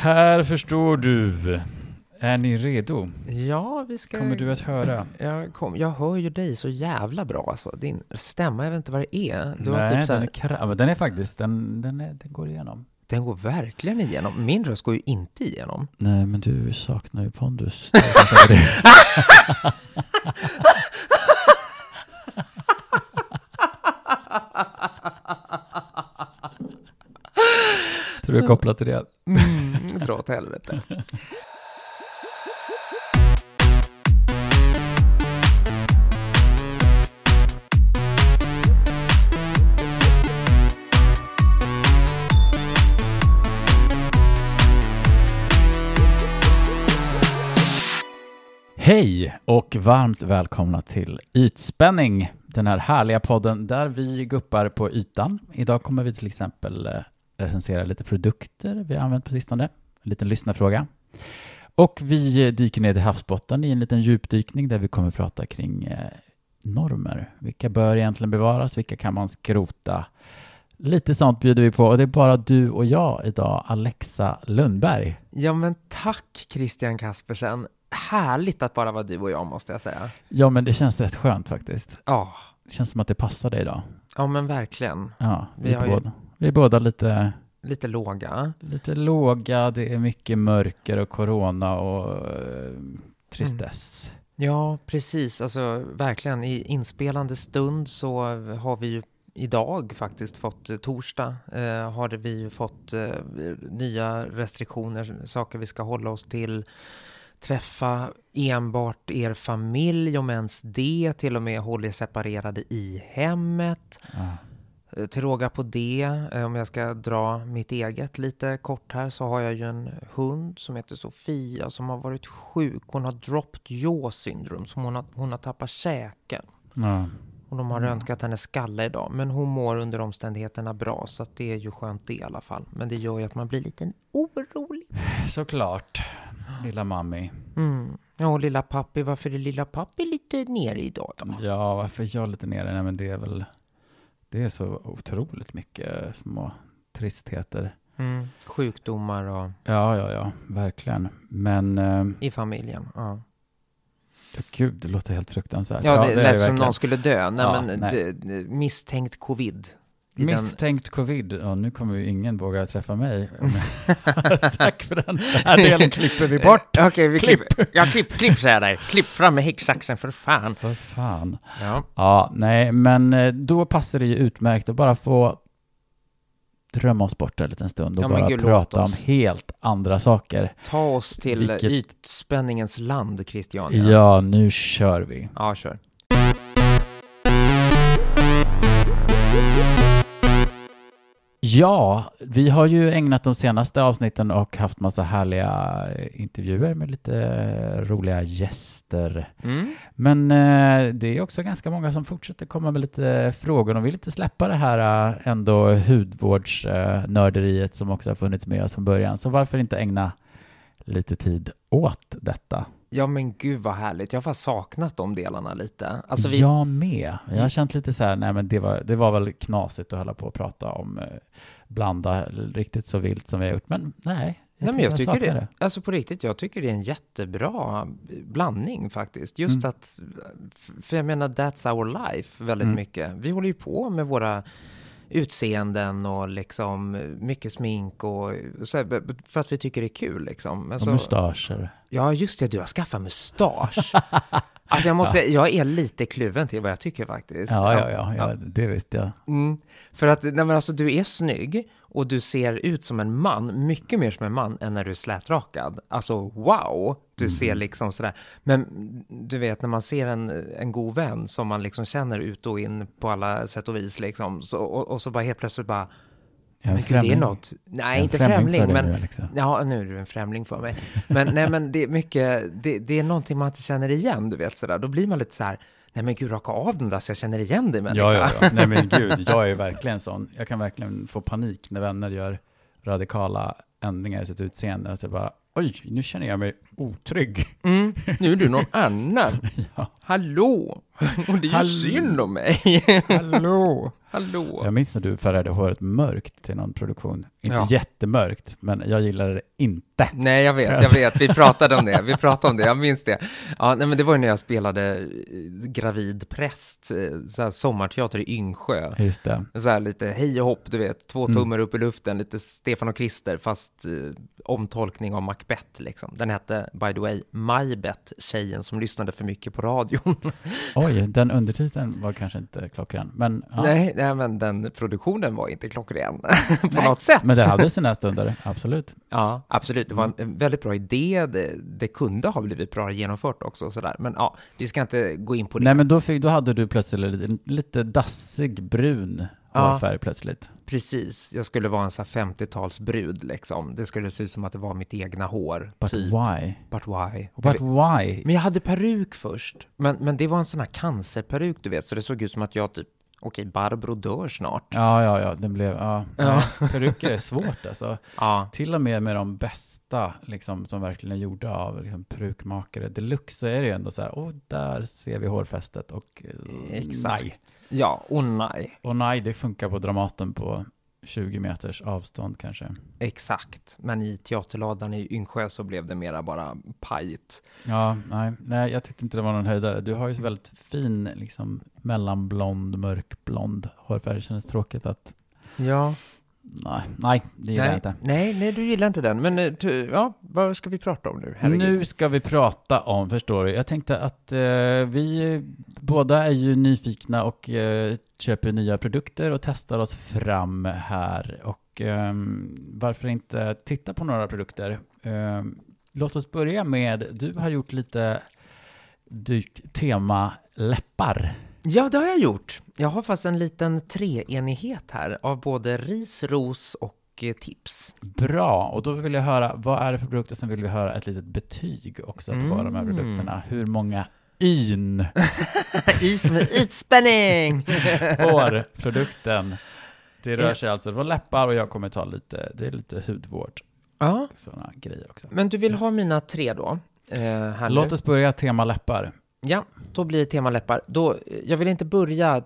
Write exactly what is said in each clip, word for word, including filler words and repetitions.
Här förstår du. Är ni redo? Ja, vi ska... Kommer du att höra? Jag, kom, jag hör ju dig så jävla bra. Alltså. Din stämma, jag vet inte vad det är. Du Nej, har typ så här... den, är kra- den är faktiskt, den, den, är, den går igenom. Den går verkligen igenom. Min röst går ju inte igenom. Nej, men du saknar ju pondus. Tror du är kopplat till det? Mm, dra åt helvete. Hej och varmt välkomna till Ytspänning, den här härliga podden där vi guppar på ytan. Idag kommer vi till exempel recensera lite produkter vi har använt på sistone, en liten lyssnarfråga. Och vi dyker ner till havsbotten i en liten djupdykning där vi kommer prata kring eh, normer. Vilka bör egentligen bevaras, vilka kan man skrota? Lite sånt bjuder vi på och det är bara du och jag idag, Alexa Lundberg. Ja men tack Christian Kaspersen. Härligt att bara vara du och jag, måste jag säga. Ja, men det känns rätt skönt faktiskt. Ja. Det känns som att det passar dig idag. Ja, men verkligen. Ja, vi, vi, är, har båda, vi är båda lite... Lite låga. Lite låga, det är mycket mörker och corona och eh, tristess. Mm. Ja, precis. Alltså verkligen, i inspelande stund så har vi ju idag faktiskt fått, torsdag, eh, har vi ju fått eh, nya restriktioner, saker vi ska hålla oss till. Träffa enbart er familj, om ens det, till och med hålla er separerade i hemmet. Ja. Till råga på det, om jag ska dra mitt eget lite kort här, så har jag ju en hund som heter Sofia som har varit sjuk. Hon har dropped jaw syndrom, som hon har, hon har tappat käken. Ja. Och de har röntgat hennes skalle idag. Men hon mår under omständigheterna bra, så att det är ju skönt det i alla fall. Men det gör ju att man blir lite orolig. Såklart, lilla mammi. Mm. Ja, och lilla pappi, varför är lilla pappi lite nere idag då? Ja, varför är jag lite nere? Nej, men det är väl... Det är så otroligt mycket små tristheter. Mm. Sjukdomar och... Ja, ja, ja, verkligen. Men... Eh, I familjen, ja. Gud, det låter helt fruktansvärt. Ja, det, ja, det lät är som verkligen. någon skulle dö. Nej, Ja, men nej. Det, misstänkt covid. I Misstänkt den... covid. Ja, nu kommer ju ingen våga träffa mig. Tack för den. Den här delen klipper vi bort. Okej, okay, vi klipp. klipper. Ja, klipp, klipp säger jag dig. Klipp fram med häcksaxen, för fan. För fan. Ja. Ja, nej, men då passar det ju utmärkt att bara få drömma oss bort en liten stund och ja, bara Gud, prata om helt andra saker. Ta oss till Vilket... ytspänningens land, Christian. Ja. ja, nu kör vi. Ja, kör. Ja, vi har ju ägnat de senaste avsnitten och haft massa härliga intervjuer med lite roliga gäster. Mm. Men eh, det är också ganska många som fortsätter komma med lite frågor. Och vill inte släppa det här eh, ändå hudvårdsnörderiet eh, som också har funnits med oss från början. Så varför inte ägna lite tid åt detta? Ja, men gud vad härligt. Jag har fast saknat de delarna lite. Alltså vi... Jag med. Jag har känt lite så här, nej men det var, det var väl knasigt att hålla på och prata om eh, blanda riktigt så vilt som vi har gjort. Men nej, jag, nej, men jag, jag tycker det, det. Alltså på riktigt, jag tycker det är en jättebra blandning faktiskt. Just mm. att, för jag menar, that's our life väldigt mm. mycket. Vi håller ju på med våra utseenden och liksom mycket smink och så här, för att vi tycker det är kul liksom. Alltså, och mustascher. Ja, just det, du har skaffat mustasch. Alltså jag måste, ja. jag är lite kluven till vad jag tycker faktiskt. Ja, ja, ja, ja, ja. Det visste jag. Mm. För att, nej men alltså du är snygg och du ser ut som en man, mycket mer som en man än när du är slätrakad. Alltså wow, du mm. ser liksom sådär. Men du vet, när man ser en, en god vän som man liksom känner ut och in på alla sätt och vis liksom, så, och, och så bara helt plötsligt bara, men gud, det är något, nej inte främling, främling men nu, ja, nu är du en främling för mig. Men nej, men det är mycket, det, det är någonting man inte känner igen, du vet sådär. Då blir man lite så här, nej men gud, raka av den där så jag känner igen dig människa. Ja, ja, ja. Nej men gud, jag är verkligen sån. Jag kan verkligen få panik när vänner gör radikala ändringar i sitt utseende. Att jag bara, oj, nu känner jag mig otrygg. Mm, nu är du någon annan. Ja. Hallå, och det är ju Hall- synd om mig. Hallå. Hallå. Jag minns när du färgade håret mörkt till någon produktion. Inte Ja. jättemörkt, men jag gillade det inte. Nej, jag vet, jag vet. Vi pratade om det. Vi pratade om det, jag minns det. Ja, nej, men det var ju när jag spelade eh, gravid präst, eh, så här sommarteater i Yngsjö. Just det. Så här lite hej och hopp, du vet. Två Mm. tummar upp i luften, lite Stefan och Krister, fast eh, omtolkning av Macbeth liksom. Den hette, by the way, Majbeth, tjejen som lyssnade för mycket på radion. Oj, den undertiteln var kanske inte klockren. Men, ja. Nej, nej, men den produktionen var inte klockren på Nej. något sätt. Men det hade sina stunder, absolut. Ja, absolut. Det var en väldigt bra idé. Det, det kunde ha blivit bra genomfört också. Sådär. Men ja, vi ska inte gå in på det. Nej, men då, fick, då hade du plötsligt lite, lite dassig brun Ja. hårfärg plötsligt. Precis. Jag skulle vara en sån här femtiotalsbrud liksom. Det skulle se ut som att det var mitt egna hår. But typ. why? But why? But why? Men jag hade peruk först. Men, men det var en sån här cancerperuk, du vet. Så det såg ut som att jag typ, okej, Barbro dör snart. Ja, ja, ja, den blev, ja. Ja. Nej, peruker är svårt alltså. Ja. Till och med med de bästa, liksom, som verkligen är gjorda av liksom, perukmakare deluxe, så är det ju ändå så här, åh, där ser vi hårfästet och eh, Exakt. nej. Ja, och nej. Och nej, det funkar på Dramaten på tjugo meters avstånd kanske. Exakt. Men i teaterladan i Yngsjö så blev det mera bara pajt. Ja, nej, nej, jag tyckte inte det var någon höjdare. Du har ju så väldigt fin, liksom, mellanblond, mörkblond hårfärg. Det känns tråkigt att, Ja. nej, nej, det gillar jag Nej, inte. nej, nej, du gillar inte den. Men eh, tu, ja, vad ska vi prata om nu? Herregud. Nu ska vi prata om, förstår du, jag tänkte att eh, vi båda är ju nyfikna och eh, köper nya produkter och testar oss fram här. Och eh, varför inte titta på några produkter? Eh, låt oss börja med, du har gjort lite dyrt tema läppar. Ja, det har jag gjort. Jag har fast en liten treenighet här av både ris, ros och eh, tips. Bra, och då vill jag höra, vad är det för produkter som vill vi höra ett litet betyg också på Mm. de här produkterna? Hur många yn Is med ytspänning! får produkten? Det rör Ja. sig alltså, det var läppar och jag kommer ta lite, det är lite hudvård, Ja, sådana grejer också. men du vill ha mina tre då? Eh, här Låt nu. oss börja tema läppar. Ja, då blir det tema läppar. Då, jag vill inte börja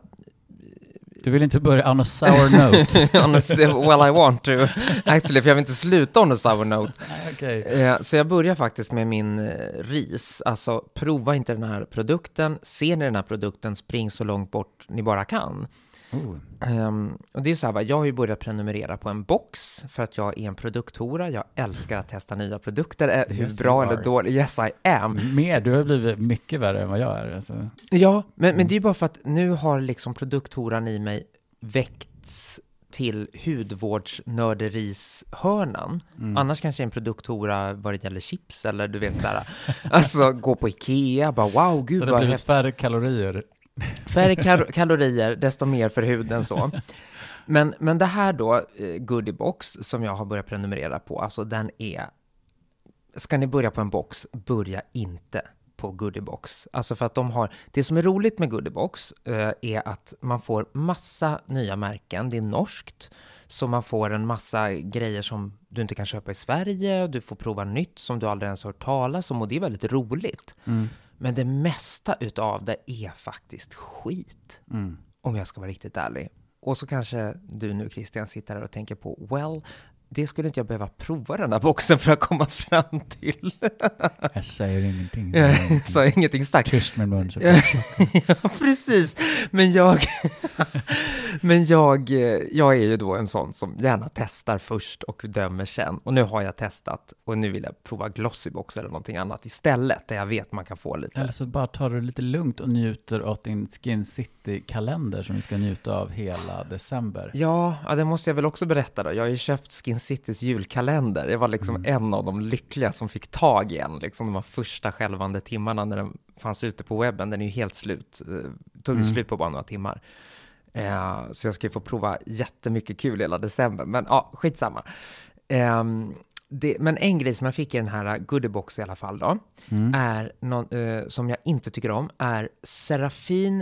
Du vill inte börja on a sour note? on a, well, I want to. Actually, för jag vill inte sluta on a sour note. Nej, okej. Eh, så jag börjar faktiskt med min eh, ris. Alltså, prova inte den här produkten. Ser ni den här produkten, spring så långt bort ni bara kan. Oh. Um, och det är så här, va, jag har ju börjat prenumerera på en box för att jag är en produkthora. Jag älskar att testa nya produkter. Eh, hur Yes, bra you eller are. dåligt? Yes, I am. Mer, du har blivit mycket värre än vad jag är. Alltså. Ja, men, men det är ju bara för att nu har liksom produkthoran i mig väckts till hudvårdsnörderishörnan. Mm. Annars kanske jag är en produkthora vad det gäller chips eller du vet så här. Alltså gå på Ikea, bara wow, gud Så det vad har blivit häftigt. färre kalorier. Färre kal- kalorier, desto mer för huden så. Men, men det här då, eh, Goodiebox, som jag har börjat prenumerera på, alltså den är... Ska ni börja på en box, börja inte på Goodiebox. Alltså för att de har... Det som är roligt med Goodiebox eh, är att man får massa nya märken. Det är norskt, så man får en massa grejer som du inte kan köpa i Sverige. Du får prova nytt som du aldrig ens har hört talas om och det är väldigt roligt. Mm. Men det mesta utav det är faktiskt skit. Mm. Om jag ska vara riktigt ärlig. Och så kanske du nu, Christian, sitter här och tänker på, well, det skulle inte jag behöva prova den här boxen för att komma fram till. Jag säger ingenting. Jag sa ingenting starkt. Tyst med mun. Så Ja, precis. Men jag, men jag, jag är ju då en sån som gärna testar först och dömer sen. Och nu har jag testat och nu vill jag prova Glossybox eller någonting annat istället där jag vet man kan få lite. Eller så bara tar du lite lugnt och njuter av din Skin City-kalender som vi ska njuta av hela december. Ja, ja, det måste jag väl också berätta då. Jag har ju köpt Skin Citys julkalender. Jag var liksom Mm. en av de lyckliga som fick tag i en. Liksom de här första skälvande timmarna när den fanns ute på webben. Den är ju helt slut. Eh, Tog ju Mm. slut på bara några timmar. Eh, så jag ska ju få prova jättemycket kul hela december. Men ja, skitsamma. Eh, det, men en grej som jag fick i den här Goodiebox i alla fall då. Mm. Är någon, eh, som jag inte tycker om. Är Seraphine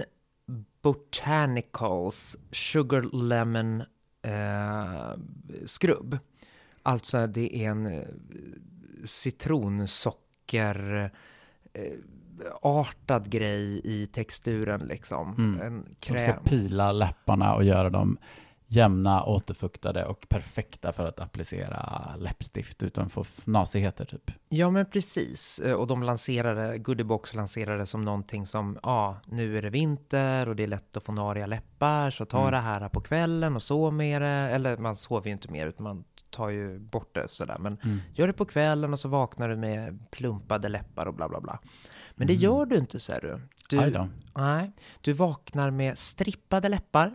Botanicals Sugar Lemon eh, skrubb. Alltså det är en eh, citronsocker eh, artad grej i texturen liksom. Mm. En De kräm. ska pila läpparna och göra dem jämna, återfuktade och perfekta för att applicera läppstift utan att få fnasigheter typ. Ja, men precis. Och de lanserade, Goodiebox lanserade som någonting som, ja, nu är det vinter och det är lätt att få nariga läppar, så ta mm. det här på kvällen och sov med det. Eller man sover ju inte mer utan man tar ju bort det sådär. Men mm. gör det på kvällen och så vaknar du med plumpade läppar och bla bla bla. Men det mm. gör du inte, ser du. Du, nej, du vaknar med strippade läppar.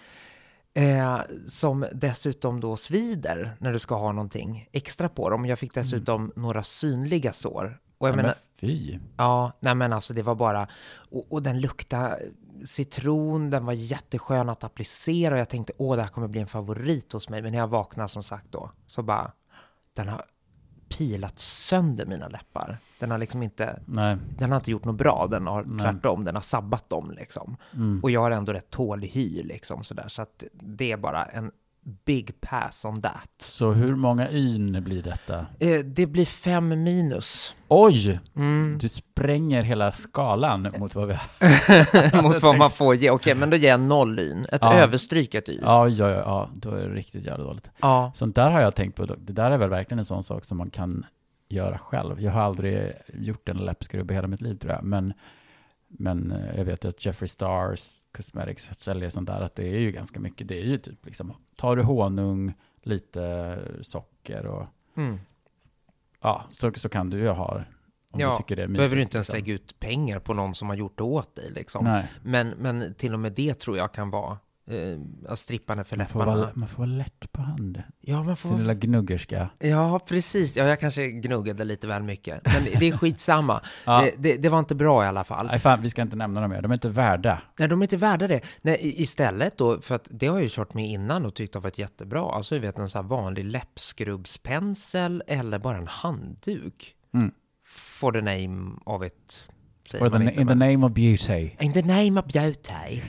Eh, som dessutom då svider när du ska ha någonting extra på dem. Jag fick dessutom mm. några synliga sår. Och jag ja, menar, men fy. Ja, nej men alltså det var bara... Och, och den luktade citron, den var jätteskön att applicera. Och jag tänkte, åh, det här kommer bli en favorit hos mig. Men när jag vaknade som sagt då, så bara... Den har pilat sönder mina läppar. Den har liksom inte... Nej. Den har inte gjort något bra. Den har nej. tvärtom, den har sabbat dem liksom. Mm. Och jag har ändå rätt tålig hy liksom sådär. Så att det är bara en big pass on that. Så hur många yn blir detta? Eh, det blir fem minus. Oj! Mm. Du spränger hela skalan mot vad vi har. mot vad man får ge. Okej, men då ger jag noll yn. Ett ja. överstrykat y. Ja, ja, ja, ja, då är det riktigt jävla dåligt. Ja. Sånt där har jag tänkt på. Det där är väl verkligen en sån sak som man kan göra själv. Jag har aldrig gjort en läppskrubb i hela mitt liv, tror jag. Men, men jag vet ju att Jeffree Stars Cosmetics säljer sånt där, att det är ju ganska mycket. Det är ju typ liksom, tar du honung, lite socker och mm. ja, så, så kan du ju ha om ja, du tycker det är mysigt. Behöver du inte ens liksom. lägga ut pengar på någon som har gjort det åt dig liksom. Nej. Men, men till och med det tror jag kan vara eh, strippande för man läpparna. Får vara, man får vara lätt på handen. Ja, man får... Den lilla gnuggerska. Ja, precis. Ja, jag kanske gnuggade lite väl mycket. Men det är skitsamma. ja. det, det, det var inte bra i alla fall. Nej, fan, vi ska inte nämna dem mer. De är inte värda. Nej, de är inte värda det. Nej, istället då, för att det har jag ju kört med innan och tyckt har varit jättebra. Alltså, jag vet, en sån här vanlig läppskrubbspensel eller bara en handduk. Mm. For the name of it. For the, in the name of beauty. In the name of beauty.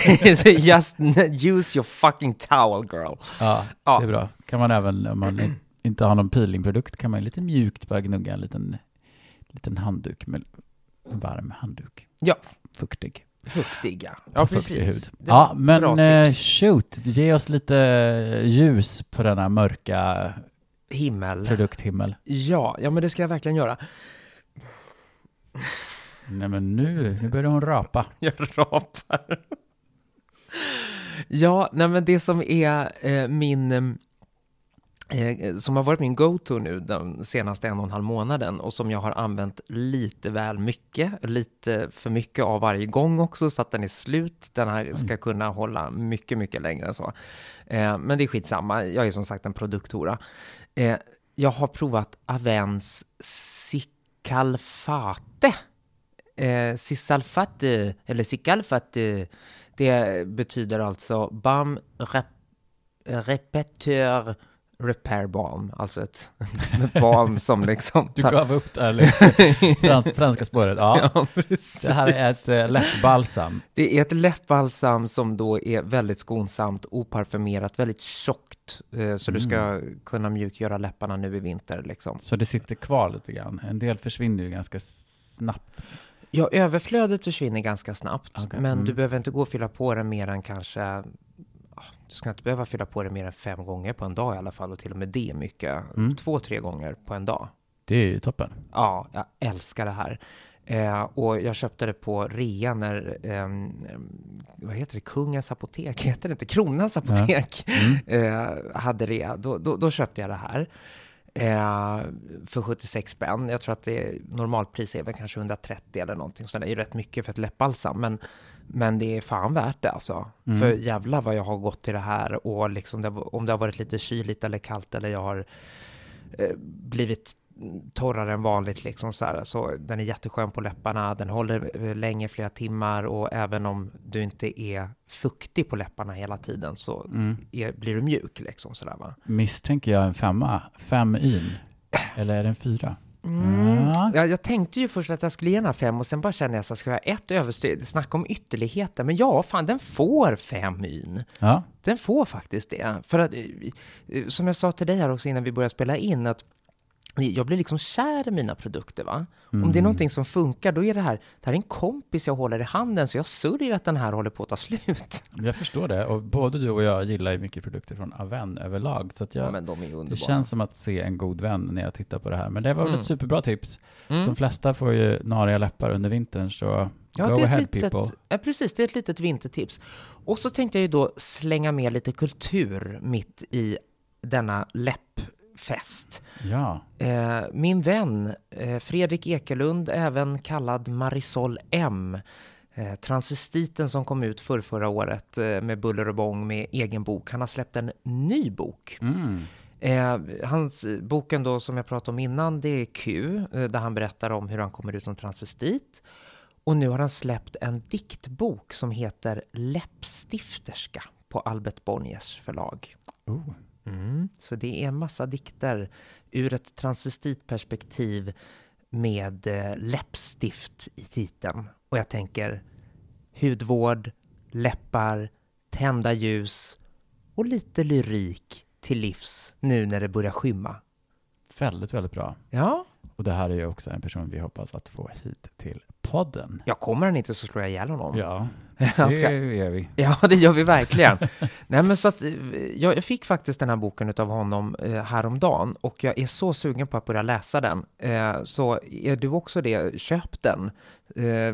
Just use your fucking towel, girl. Ja, ja, det är bra. Kan man även, om man inte har någon peelingprodukt, kan man lite mjukt bara gnugga en liten, liten handduk med en varm handduk. Ja. Fuktig. Fuktig, ja. Ja, precis. Hud. Ja, men eh, shoot, ge oss lite ljus på denna mörka himmel. Produkthimmel. Ja, ja, men det ska jag verkligen göra. Nej, men nu, nu börjar hon rapa. Jag rapar. Ja, nej, men det som är eh, min... Eh, som har varit min go-to nu den senaste en och en halv månaden och som jag har använt lite väl mycket, lite för mycket av varje gång också så att den är slut. Den här ska kunna hålla mycket, mycket längre än så. Eh, men det är skitsamma. Jag är som sagt en produkthora. Eh, jag har provat Avens Cisalfate. Eh, Cisalfate, eller Cisalfate. Det betyder alltså Balm rep- Repetör Repair Balm, alltså ett balm som liksom... Du gav upp det här liksom, frans, franska spåret. Ja, ja, precis. Det här är ett äh, läppbalsam. Det är ett läppbalsam som då är väldigt skonsamt, oparfumerat, väldigt tjockt. Eh, så mm. du ska kunna mjukgöra läpparna nu i vinter. Liksom. Så det sitter kvar lite grann? En del försvinner ju ganska snabbt. Ja, överflödet försvinner ganska snabbt. Okay. Men mm. du behöver inte gå och fylla på det mer än kanske... Du ska inte behöva fylla på det mer än fem gånger på en dag i alla fall. Och till och med det är mycket. Mm. Två, tre gånger på en dag. Det är ju toppen. Ja, jag älskar det här. Eh, och jag köpte det på rea när, eh, vad heter det? Kungens apotek, heter det inte? Kronans apotek ja. mm. eh, hade rea. Då, då, då köpte jag det här. Eh, för sjuttiosex spänn. Jag tror att det normalpris är väl kanske hundratrettio eller någonting. Så det är ju rätt mycket för ett läppbalsam. Men, men det är fan värt det alltså. Mm. För jävlar vad jag har gått till det här. Och liksom det, om det har varit lite kyligt eller kallt. Eller jag har eh, blivit torrare än vanligt liksom så här. Så den är jätteskön på läpparna. Den håller länge, flera timmar. Och även om du inte är fuktig på läpparna hela tiden så mm. är, blir du mjuk liksom sådär va. Misstänker jag en femma? Fem yn? Eller är det en fyra? Mm. Ja. Ja, jag tänkte ju först att jag skulle ge den här fem och sen bara kände jag så ska jag ha ett överstyr. Snacka om ytterligheter. Men ja, fan, den får fem yn. Ja. Den får faktiskt det. För att, som jag sa till dig här också innan vi började spela in, att jag blir liksom kär i mina produkter, va? Mm. Om det är någonting som funkar, då är det här, det här är en kompis jag håller i handen, så jag sörjer att den här håller på att ta slut. Jag förstår det, och både du och jag gillar ju mycket produkter från Aven överlag, så att jag, Ja, men de är ju underbara. det känns som att se en god vän när jag tittar på det här. Men det var väl Mm. ett superbra tips. Mm. De flesta får ju nariga läppar under vintern, så Ja, go det är ahead ett litet, people. ja, precis, det är ett litet vintertips. Och så tänkte jag ju då slänga med lite kultur mitt i denna läppfest. Ja. Eh, min vän eh, Fredrik Ekelund, även kallad Marisol M, eh, transvestiten som kom ut för förra året eh, med buller och bång med egen bok. Han har släppt en ny bok. Mm. Eh, hans boken då som jag pratade om innan, det är Q, eh, där han berättar om hur han kommer ut som transvestit. Och nu har han släppt en diktbok som heter Läppstifterska på Albert Bonniers förlag. Oh. Mm. Så det är en massa dikter ur ett transvestitperspektiv med eh, läppstift i titeln. Och jag tänker hudvård, läppar, tända ljus och lite lyrik till livs nu när det börjar skymma. Väldigt, väldigt bra. Ja. Och det här är ju också en person vi hoppas att få hit till podden. Jag kommer han inte så slår jag ihjäl honom. Ja, Han det ska- är vi. Ja, det gör vi verkligen. Nej, men så att, eh, jag, jag fick faktiskt den här boken av honom eh, häromdagen och jag är så sugen på att börja läsa den. Eh, så är du också det, köp den. Eh,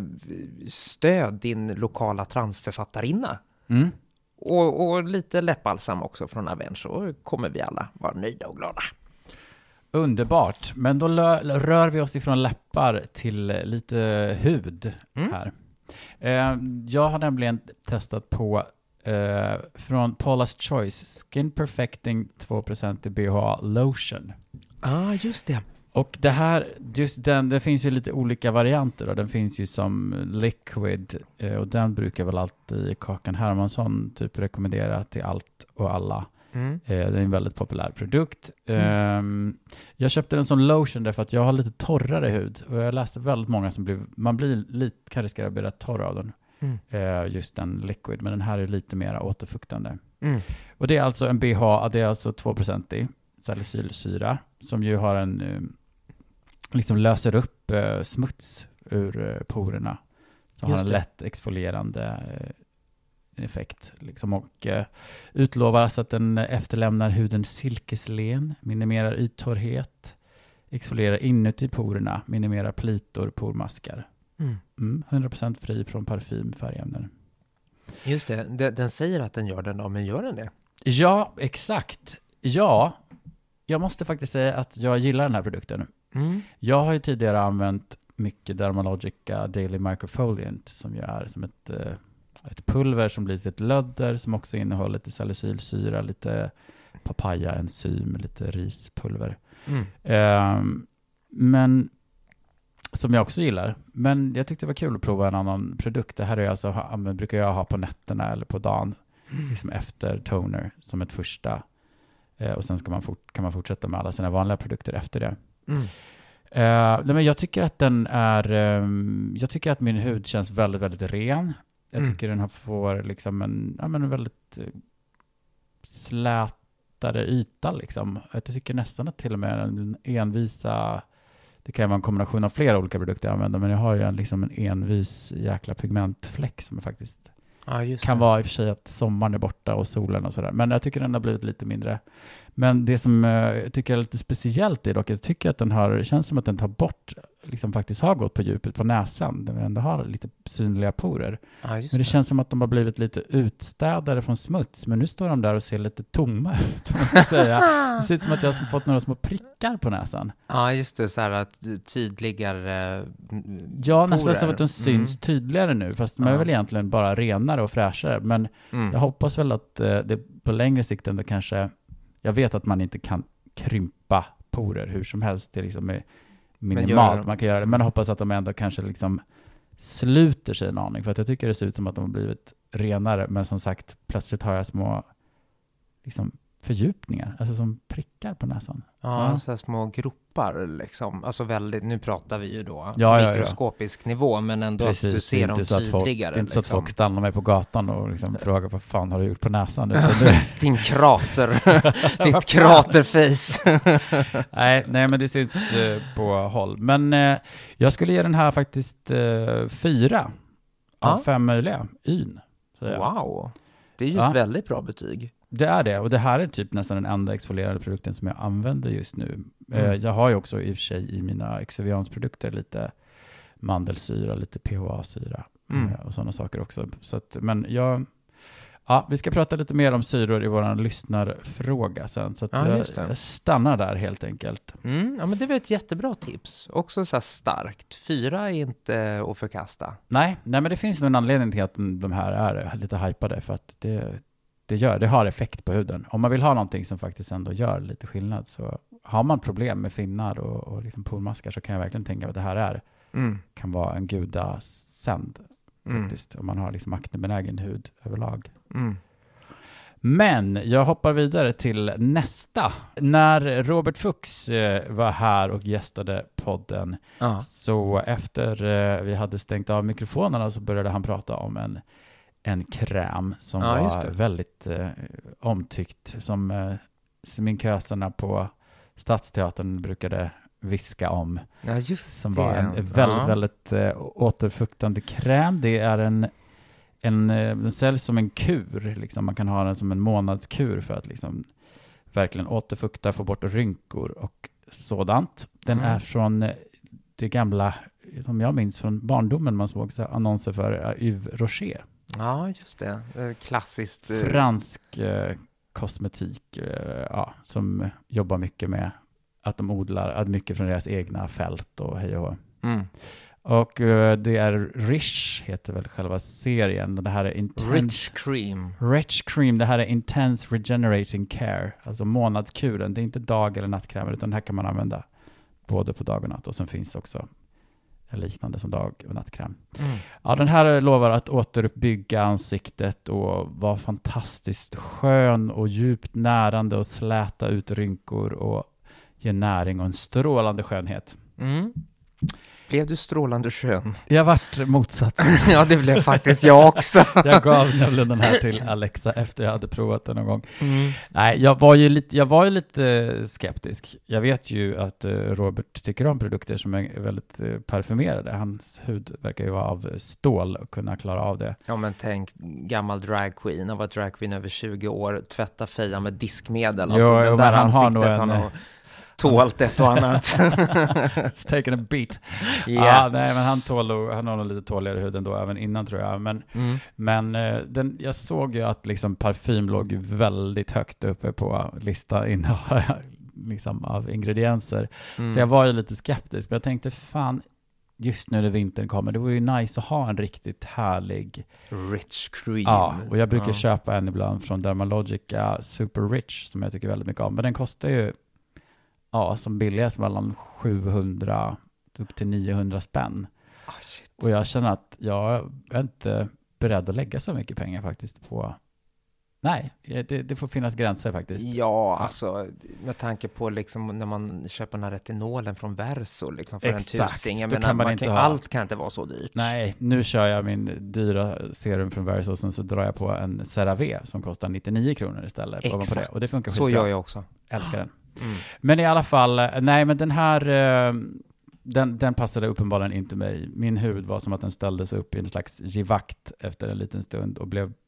stöd din lokala transförfattarinna. Mm. Och, och lite läppbalsam också från Aven, så kommer vi alla vara nöjda och glada. Underbart, men då lö- rör vi oss ifrån läppar till lite hud Mm. här. Eh, jag har nämligen testat på eh, från Paula's Choice Skin Perfecting två procent i B H A Lotion. Ah, just det. Och det här, just den, det finns ju lite olika varianter och den finns ju som liquid eh, och den brukar väl alltid Kakan Hermansson typ rekommendera till allt och alla. Mm. Eh, det är en väldigt populär produkt. Mm. Eh, jag köpte den som lotion därför att jag har lite torrare hud och jag läste väldigt många som blir, man blir lite, kan riskera att bli rätt torr av den. Mm. Eh, just den liquid, men den här är lite mer återfuktande. Mm. Och det är alltså en B H A, det är alltså två procent i salicylsyra som ju har en, eh, liksom löser upp eh, smuts ur eh, porerna. Så har Just en det. lätt exfolierande eh, effekt. Liksom, och eh, utlovar så att den efterlämnar huden silkeslen, minimerar yttorrhet, exfolierar inuti porerna, minimerar plitor, pormaskar. Mm. Mm, hundra procent fri från parfym, färgämnen. Just det, den, den säger att den gör den då, men gör den det? Ja, exakt. Ja, jag måste faktiskt säga att jag gillar den här produkten. Mm. Jag har ju tidigare använt mycket Dermalogica Daily Microfoliant som ju är som ett, eh, ett pulver som blir ett lödder som också innehåller lite salicylsyra, lite papaya-enzym, lite rispulver. Mm. Ehm, men som jag också gillar. Men jag tyckte det var kul att prova en annan produkt. Det här är alltså, ha- men brukar jag ha på nätterna eller på dagen. Liksom efter toner som ett första. Eh, och sen ska man fort, kan man fortsätta med alla sina vanliga produkter efter det. Mm. Eh, nej, men jag tycker att den är... ehm, jag tycker att min hud känns väldigt, väldigt ren. Jag Mm. tycker den har får liksom en, ja, men en väldigt eh, slätare yta. Liksom. Jag tycker nästan att till och med en envisa... Det kan vara en kombination av flera olika produkter jag använder, men jag har ju en, liksom en envis jäkla pigmentfläck som är faktiskt Ja, just kan det. vara i och för sig att sommaren är borta och solen och sådär. Men jag tycker den har blivit lite mindre. Men det som eh, jag tycker är lite speciellt är dock, jag tycker att den har, känns som att den tar bort, liksom faktiskt har gått på djupet på näsan. Den ändå har lite synliga porer. Ja, just Men det det. känns som att de har blivit lite utstädade från smuts. Men nu står de där och ser lite tomma ut, om man ska säga. Det ser ut som att jag har fått några små prickar på näsan. Ja, just det. Så här att tydligare mm, Ja, nästan porer. som att de syns tydligare nu. Fast de är Ja. väl egentligen bara renare och fräschare. Men Mm. jag hoppas väl att eh, det på längre sikt ändå kanske... Jag vet att man inte kan krympa porer hur som helst. Det är liksom är minimalt gör- man kan göra det. Men jag hoppas att de ändå kanske liksom sluter sig en aning. För att jag tycker det ser ut som att de har blivit renare. Men som sagt, plötsligt har jag små liksom, fördjupningar. Alltså som prickar på näsan. Ja, Ja. så här små gropar droppar liksom. Alltså väldigt, nu pratar vi ju då ja, ja, mikroskopisk ja. nivå, men ändå Precis, att du ser dem tydligare. Folk, det är inte liksom. Så att folk stannar mig på gatan och liksom frågar vad fan har du gjort på näsan? Din krater, ditt kraterface. nej, nej, men det syns uh, på håll. Men uh, jag skulle ge den här faktiskt uh, fyra av ah? fem möjliga. Yn. Wow, det är ju ja. ett väldigt bra betyg. Det är det, och det här är typ nästan den enda exfolierade produkten som jag använder just nu. Mm. Jag har ju också i och för sig i mina Exuvians-produkter lite mandelsyra, lite P H A-syra mm. och sådana saker också. Så att, men jag, ja, vi ska prata lite mer om syror i våran lyssnarfråga sen. Så att ja, jag, jag stannar där helt enkelt. Mm, ja, men det var ett jättebra tips. Också så här starkt. Fyra är inte att förkasta. Nej, nej, men det finns nog en anledning till att de här är lite hypade, för att det Det, gör, det har effekt på huden. Om man vill ha någonting som faktiskt ändå gör lite skillnad, så har man problem med finnar och, och liksom pormaskar, så kan jag verkligen tänka att det här är, mm. kan vara en gudasänd faktiskt, mm. om man har liksom aknebenägen hud överlag. Mm. Men jag hoppar vidare till nästa. När Robert Fuchs var här och gästade podden, uh-huh. så efter vi hade stängt av mikrofonerna så började han prata om en en kräm som ja, var väldigt eh, omtyckt, som eh, sminköserna på Stadsteatern brukade viska om. Ja, just som det. var en väldigt, ja. väldigt eh, återfuktande kräm. Det är en, en den säljs som en kur. Liksom. Man kan ha den som en månadskur för att liksom verkligen återfukta, få bort rynkor och sådant. Den mm. är från det gamla, som jag minns från barndomen, man såg annonser för Yves Rocher. Ja, just det. Klassiskt. Fransk eh, kosmetik eh, ja, som jobbar mycket med att de odlar mycket från deras egna fält och hej och mm. Och eh, det är Rich, heter väl själva serien. Och det här är intense, Rich Cream. Rich Cream, det här är Intense Regenerating Care. Alltså månadskuren. Det är inte dag- eller nattkrämer, utan den här kan man använda både på dag och natt. Och sen finns också liknande som dag- och nattkräm. Mm. Ja, den här lovar att återuppbygga ansiktet och vara fantastiskt skön och djupt närande och släta ut rynkor och ge näring och en strålande skönhet. Mm. Blev du strålande skön? Jag vart motsatt. Ja, det blev faktiskt jag också. Jag gav nämligen den här till Alexa efter jag hade provat den någon gång. Mm. Nej, jag var ju lite, jag var ju lite skeptisk. Jag vet ju att Robert tycker om produkter som är väldigt parfymerade. Hans hud verkar ju vara av stål och kunna klara av det. Ja, men tänk gammal drag queen. Han var drag queen över tjugo år. Tvätta fejan med diskmedel. Alltså, jo, jo, men han har nog en... Han har tålt ett och annat. It's taken a beat. Yeah. Ah, nej, men han, tål, han har nog lite tåligare hud ändå, även innan tror jag. Men, mm. men den, jag såg ju att liksom parfym låg väldigt högt uppe på listan innan, liksom, av ingredienser. Mm. Så jag var ju lite skeptisk. Men jag tänkte, fan, just nu när vintern kommer, det vore ju nice att ha en riktigt härlig Rich Cream. Ja, och jag brukar ja. köpa en ibland från Dermalogica Super Rich som jag tycker väldigt mycket om. Men den kostar ju ja, som billigast mellan sjuhundra upp till niohundra spänn. Oh, shit. Och jag känner att jag är inte beredd att lägga så mycket pengar faktiskt på... Nej, det, det får finnas gränser faktiskt. Ja, alltså med tanke på liksom när man köper den här retinolen från Verso liksom för Exakt, en tusing. Jag menar, kan man man inte kan, ha... allt kan inte vara så dyrt. Nej, nu kör jag min dyra serum från Verso och sen så drar jag på en CeraVe som kostar nittionio kronor istället. Exakt, på det. Och det funkar så skitbra. gör jag också. Älskar den. Mm. Men i alla fall, nej men den här den, den passade uppenbarligen inte mig. Min hud var som att den ställdes upp i en slags givakt efter en liten stund och blev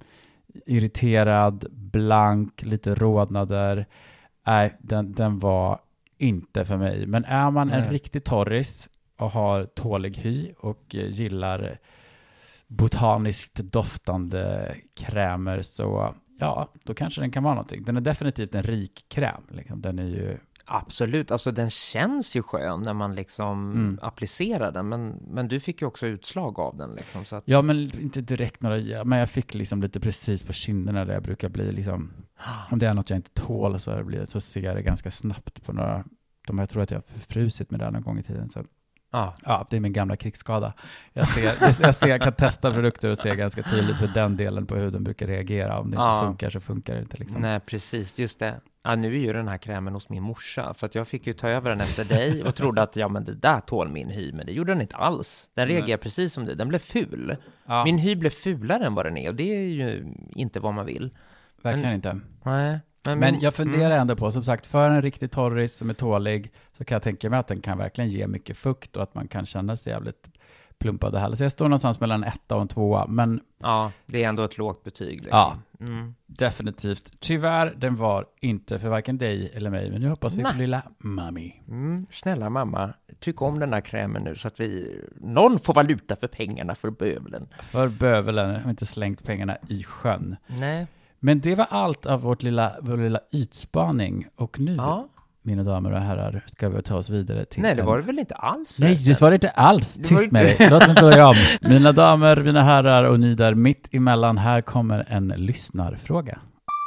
irriterad, blank, lite rodnader. Nej, den, den var inte för mig. Men är man en nej. riktig torris och har tålig hy och gillar botaniskt doftande krämer så ja, då kanske den kan vara någonting. Den är definitivt en rik kräm. Liksom. Den är ju... Absolut, alltså den känns ju skön när man liksom mm. applicerar den. Men, men du fick ju också utslag av den. Liksom, så att... Ja, men inte direkt några... Men jag fick liksom lite precis på kinderna där jag brukar bli liksom... Om det är något jag inte tål så, blir, så ser jag det ganska snabbt på några... De, jag tror att jag har frusit med det någon gång i tiden. Så... Ah. Ja, det är min gamla krigsskada. Jag, ser, jag, ser, jag kan testa produkter och se ganska tydligt hur den delen på huden brukar reagera. Om det ah. inte funkar så funkar det inte. Liksom. Nej, precis. Just det. Ja, nu är ju den här krämen hos min morsa. För att jag fick ju ta över den efter dig och trodde att ja, men det där tål min hy. Men det gjorde den inte alls. Den reagerar precis som du. Den blev ful. Ja. Min hy blev fulare än vad den är. Och det är ju inte vad man vill. Verkligen men, inte. Nej. Men, men jag funderar mm. ändå på, som sagt, för en riktig torris som är tålig så kan jag tänka mig att den kan verkligen ge mycket fukt och att man kan känna sig jävligt plumpad och härlig. Så jag står någonstans mellan en etta och en tvåa, men... Ja, det är ändå ett lågt betyg. Liksom. Ja, mm. definitivt. Tyvärr, den var inte för varken dig eller mig, men nu hoppas vi Nej. på lilla mami. Mm, snälla mamma, tyck om den här krämen nu så att vi... Någon får valuta för pengarna för bövelen. För bövelen, jag har inte slängt pengarna i sjön. Nej. Men det var allt av vårt lilla, vår lilla ytspaning. Och nu, ja. mina damer och herrar, ska vi ta oss vidare till... Nej, det var det väl inte alls? Nej, det var det inte alls. Tyst inte... med dig. Låt mig börja om. Mina damer, mina herrar och ni där mitt emellan. Här kommer en lyssnarfråga.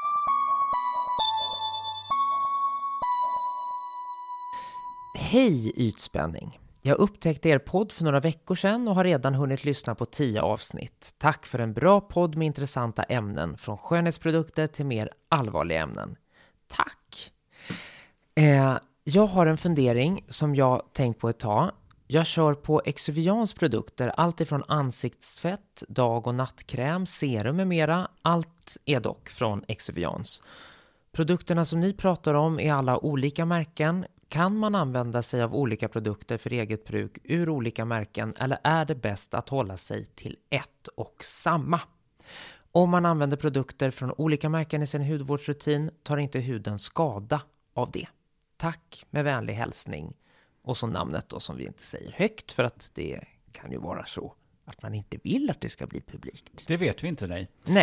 Hej ytspänning. Jag upptäckte er podd för några veckor sedan och har redan hunnit lyssna på tio avsnitt. Tack för en bra podd med intressanta ämnen, från skönhetsprodukter till mer allvarliga ämnen. Tack! Eh, jag har en fundering som jag tänkt på ett tag. Jag kör på Exuvians produkter, allt ifrån ansiktsfett, dag- och nattkräm, serum med mera. Allt är dock från Exuvians. Produkterna som ni pratar om är alla olika märken. Kan man använda sig av olika produkter för eget bruk ur olika märken, eller är det bäst att hålla sig till ett och samma? Om man använder produkter från olika märken i sin hudvårdsrutin tar inte huden skada av det. Tack, med vänlig hälsning. Och så namnet då som vi inte säger högt, för att det kan ju vara så att man inte vill att det ska bli publikt. Det vet vi inte, nej. Nej.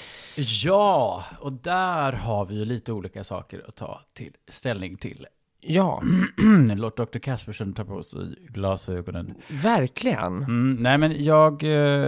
Ja, och där har vi ju lite olika saker att ta till ställning till. Ja. Låt doktor Kaspersen ta på sig glasögonen. Verkligen. Mm, nej, men jag...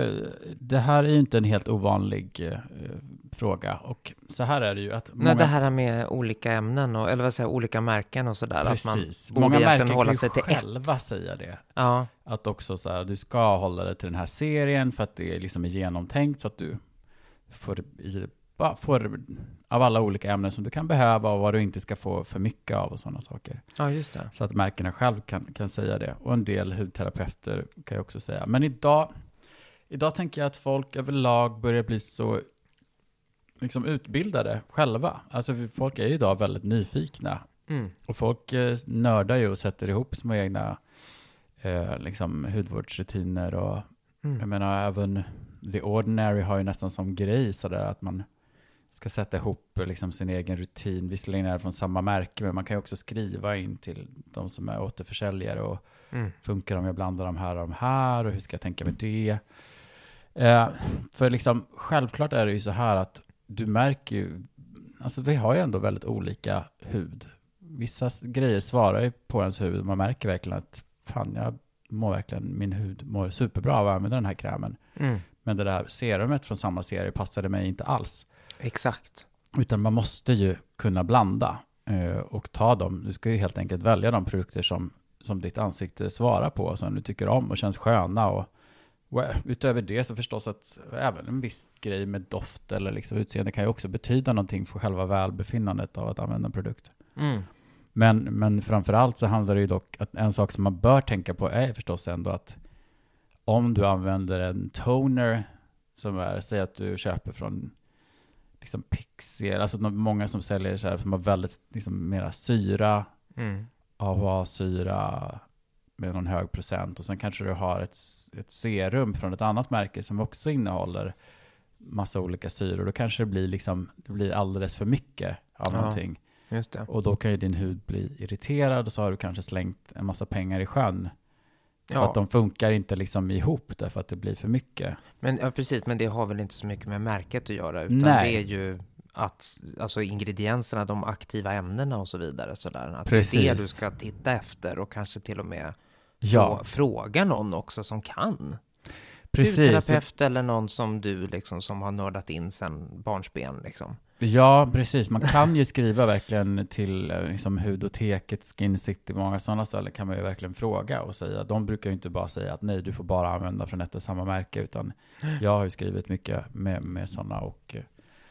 Det här är ju inte en helt ovanlig eh, fråga. Och så här är det ju att... Många... Nej, det här med olika ämnen, och, eller vad säger olika märken och sådär. Precis. Att man många märken hålla kan sig till själva ett. säga det. Ja. Att också så här, du ska hålla dig till den här serien för att det är liksom genomtänkt, så att du får... I, bara får av alla olika ämnen som du kan behöva och vad du inte ska få för mycket av och sådana saker. Ja, just det. Så att märkena själv kan, kan säga det. Och en del hudterapeuter kan jag också säga. Men idag, idag tänker jag att folk överlag börjar bli så liksom utbildade själva. Alltså folk är ju idag väldigt nyfikna. Mm. Och folk eh, nördar ju och sätter ihop små egna eh, liksom hudvårdsrutiner. Och mm. jag menar även The Ordinary har ju nästan som grej sådär att man ska sätta ihop liksom sin egen rutin. Visserligen är det från samma märke, men man kan ju också skriva in till de som är återförsäljare och mm. funkar om jag blandar de här och de här och hur ska jag tänka med det. Eh, för liksom självklart är det ju så här att du märker ju, alltså vi har ju ändå väldigt olika hud. Vissa grejer svarar ju på ens hud. Man märker verkligen att fan, jag mår verkligen, min hud mår superbra av att använda den här krämen. Mm. Men det där serumet från samma serie passade mig inte alls. Exakt. Utan man måste ju kunna blanda eh, och ta dem. Du ska ju helt enkelt välja de produkter som, som ditt ansikte svarar på, som du tycker om och känns sköna. Och, och utöver det så förstås att även en viss grej med doft eller liksom utseende kan ju också betyda någonting för själva välbefinnandet av att använda en produkt. Mm. Men, men framförallt så handlar det ju dock att en sak som man bör tänka på är förstås ändå att om du använder en toner som är, säg att du köper från liksom Pixie, alltså många som säljer så här som har väldigt liksom mera syra, mm. A H A-syra med någon hög procent, och sen kanske du har ett, ett serum från ett annat märke som också innehåller massa olika syror. Då kanske det blir liksom, det blir alldeles för mycket av ja, någonting. Just det. Och då kan ju din hud bli irriterad och så har du kanske slängt en massa pengar i sjön. För ja. att de funkar inte liksom ihop därför att det blir för mycket. Men ja, precis, men det har väl inte så mycket med märket att göra, utan Nej. det är ju att alltså ingredienserna, de aktiva ämnena och så vidare, så där, att precis. det är det du ska titta efter och kanske till och med ja. få fråga någon också som kan. Precis. Hudterapeut eller någon som du liksom, som har nördat in sen barnsben liksom. Ja, precis. Man kan ju skriva verkligen till liksom, Hudoteket, Skin City, många sådana ställen kan man ju verkligen fråga och säga. De brukar ju inte bara säga att nej, du får bara använda från ett och samma märke, utan jag har ju skrivit mycket med, med sådana och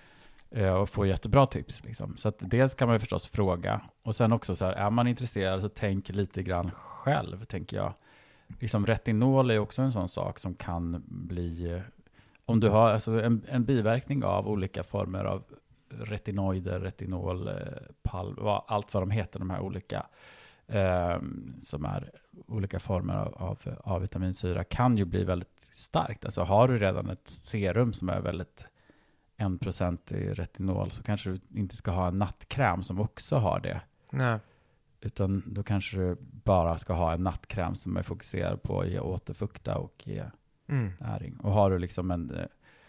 eh, och få jättebra tips. Liksom. Så att dels kan man ju förstås fråga. Och sen också så här, är man intresserad så tänk lite grann själv, tänker jag. Liksom retinol är också en sån sak som kan bli, om du har alltså en, en biverkning av olika former av retinoider, retinol, pal, allt vad de heter, de här olika eh, som är olika former av, av, av vitaminsyra kan ju bli väldigt starkt. Alltså har du redan ett serum som är väldigt en procent i retinol så kanske du inte ska ha en nattkräm som också har det. Nej. Utan då kanske du bara ska ha en nattkräm som är fokuserad på att ge återfukta och ge mm. näring. Och har du liksom en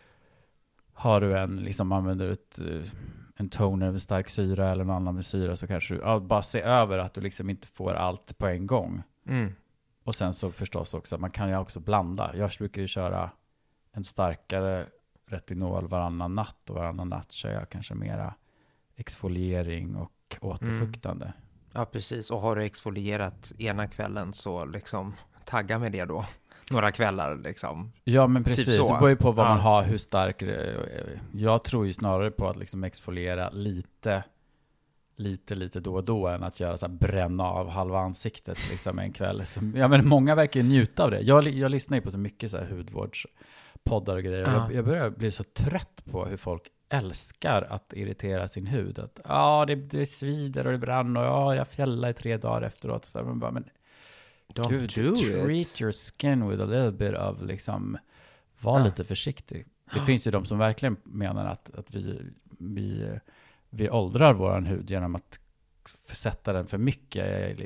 har du en liksom använder ett, en toner med stark syra eller någon annan med syra så kanske du ja, bara se över att du liksom inte får allt på en gång. Mm. Och sen så förstås också, man kan ju också blanda. Jag brukar ju köra en starkare retinol varannan natt och varannan natt kör jag kanske mera exfoliering och återfuktande. Mm. Ja, precis. Och har du exfolierat ena kvällen så liksom tagga med det då. Några kvällar liksom. Ja, men precis. Typ så. Det beror ju på vad ja. man har, hur stark. Jag tror ju snarare på att liksom exfoliera lite, lite, lite då och då än att göra så här bränna av halva ansiktet liksom en kväll. Ja, men många verkar ju njuta av det. Jag, jag lyssnar ju på så mycket så här hudvårdspoddar och grejer. Ja. Jag, jag börjar bli så trött på hur folk älskar att irritera sin hud. Att ja, det, det svider och det brann och ja, jag fjällar i tre dagar efteråt. Så man bara, men Don't Gud, do treat it. your skin with a little bit of liksom, var Ja. lite försiktig. Det finns ju de som verkligen menar att, att vi, vi, vi åldrar våran hud genom att sätta den för mycket,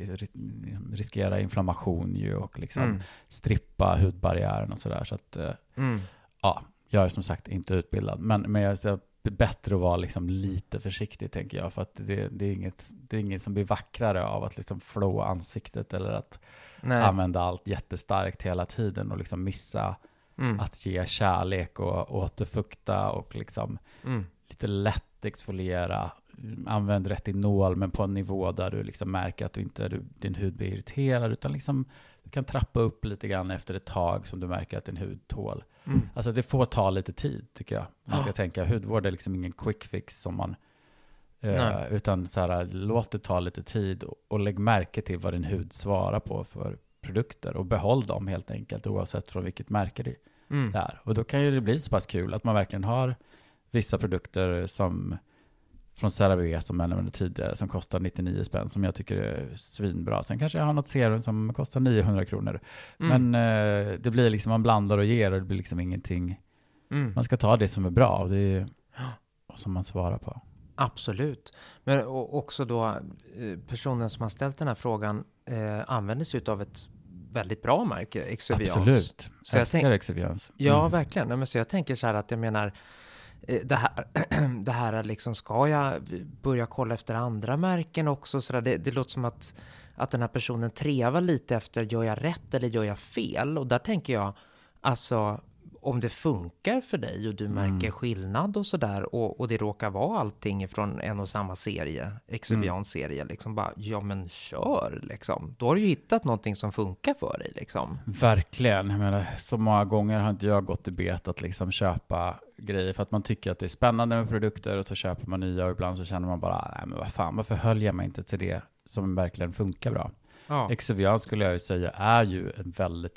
riskera inflammation ju och liksom Mm. strippa hudbarriären och sådär. Så att, Mm. ja, jag är som sagt inte utbildad, men, men jag är bättre att vara liksom lite försiktig tänker jag, för att det, det, är inget, det är inget som blir vackrare av att liksom flå ansiktet eller att Nej. använda allt jättestarkt hela tiden och liksom missa Mm. att ge kärlek och återfukta och liksom Mm. lite lätt exfoliera. Använd retinol men på en nivå där du liksom märker att du inte, du, din hud blir irriterad, utan liksom du kan trappa upp lite grann efter ett tag som du märker att din hud tål. Mm. Alltså det får ta lite tid tycker jag. Man ska Ja. tänka, hudvård är liksom ingen quick fix som man eh, Nej. utan så här, låt det ta lite tid och, och lägg märke till vad din hud svarar på för produkter och behåll dem helt enkelt oavsett från vilket märke det Mm. är. Och då kan ju det bli så pass kul att man verkligen har vissa produkter som från CeraVe som jag nämnde tidigare som kostar nittionio spänn som jag tycker är svinbra. Sen kanske jag har något serum som kostar niohundra kronor. Mm. Men eh, det blir liksom, man blandar och ger och det blir liksom ingenting. Mm. Man ska ta det som är bra och det är och som man svarar på. Absolut. Men och också då eh, personen som har ställt den här frågan eh, använder sig av ett väldigt bra märke, Exuviance. Absolut. Så jag älskar tänk- Exuviance. Ja, Mm. verkligen. Nej, men så jag tänker så här att jag menar eh, det här, det här är liksom, ska jag börja kolla efter andra märken också? Så där, det, det låter som att, att den här personen trevar lite efter, gör jag rätt eller gör jag fel? Och där tänker jag, alltså om det funkar för dig och du märker Mm. skillnad och sådär och, och det råkar vara allting från en och samma serie, Exuviance-serie, liksom bara, ja men kör liksom. Då har du ju hittat någonting som funkar för dig liksom. Verkligen. Jag menar, så många gånger har inte jag gått i bet att liksom köpa grejer för att man tycker att det är spännande med produkter och så köper man nya och ibland så känner man bara, nej men vad fan, varför höll jag mig inte till det som verkligen funkar bra? Ja. Exuviance skulle jag ju säga är ju en väldigt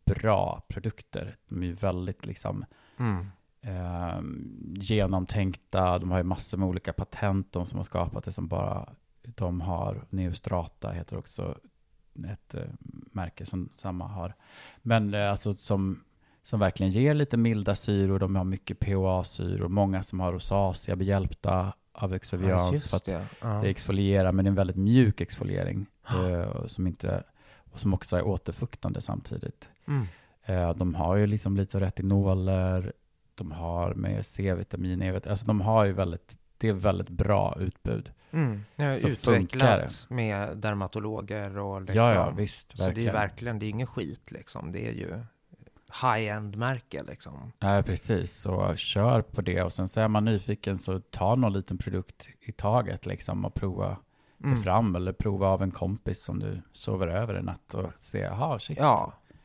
bra produkter. De är ju väldigt liksom Mm. eh, genomtänkta. De har ju massor med olika patent, de som har skapat det som bara de har. Neostrata heter också ett eh, märke som samma har. Men eh, alltså som, som verkligen ger lite milda syror. De har mycket P H A-syror. Många som har rosacea blir hjälpta av Exuviance för att det. Ja. det exfolierar, men det är en väldigt mjuk exfoliering eh, som inte, och som också är återfuktande samtidigt. Mm. Eh, de har ju liksom lite retinoler, de har med C-vitamin, E, alltså de har ju väldigt, det är väldigt bra utbud. Mm. Jag har Så utvecklat med dermatologer och liksom. Ja, ja, visst, Så det är verkligen. ju verkligen, det är ingen skit liksom. Det är ju high-end-märke liksom. Ja, precis. Så kör på det och sen så är man nyfiken så ta någon liten produkt i taget liksom och prova Mm. det fram eller prova av en kompis som du sover över en natt och se, jaha, shit. Ja,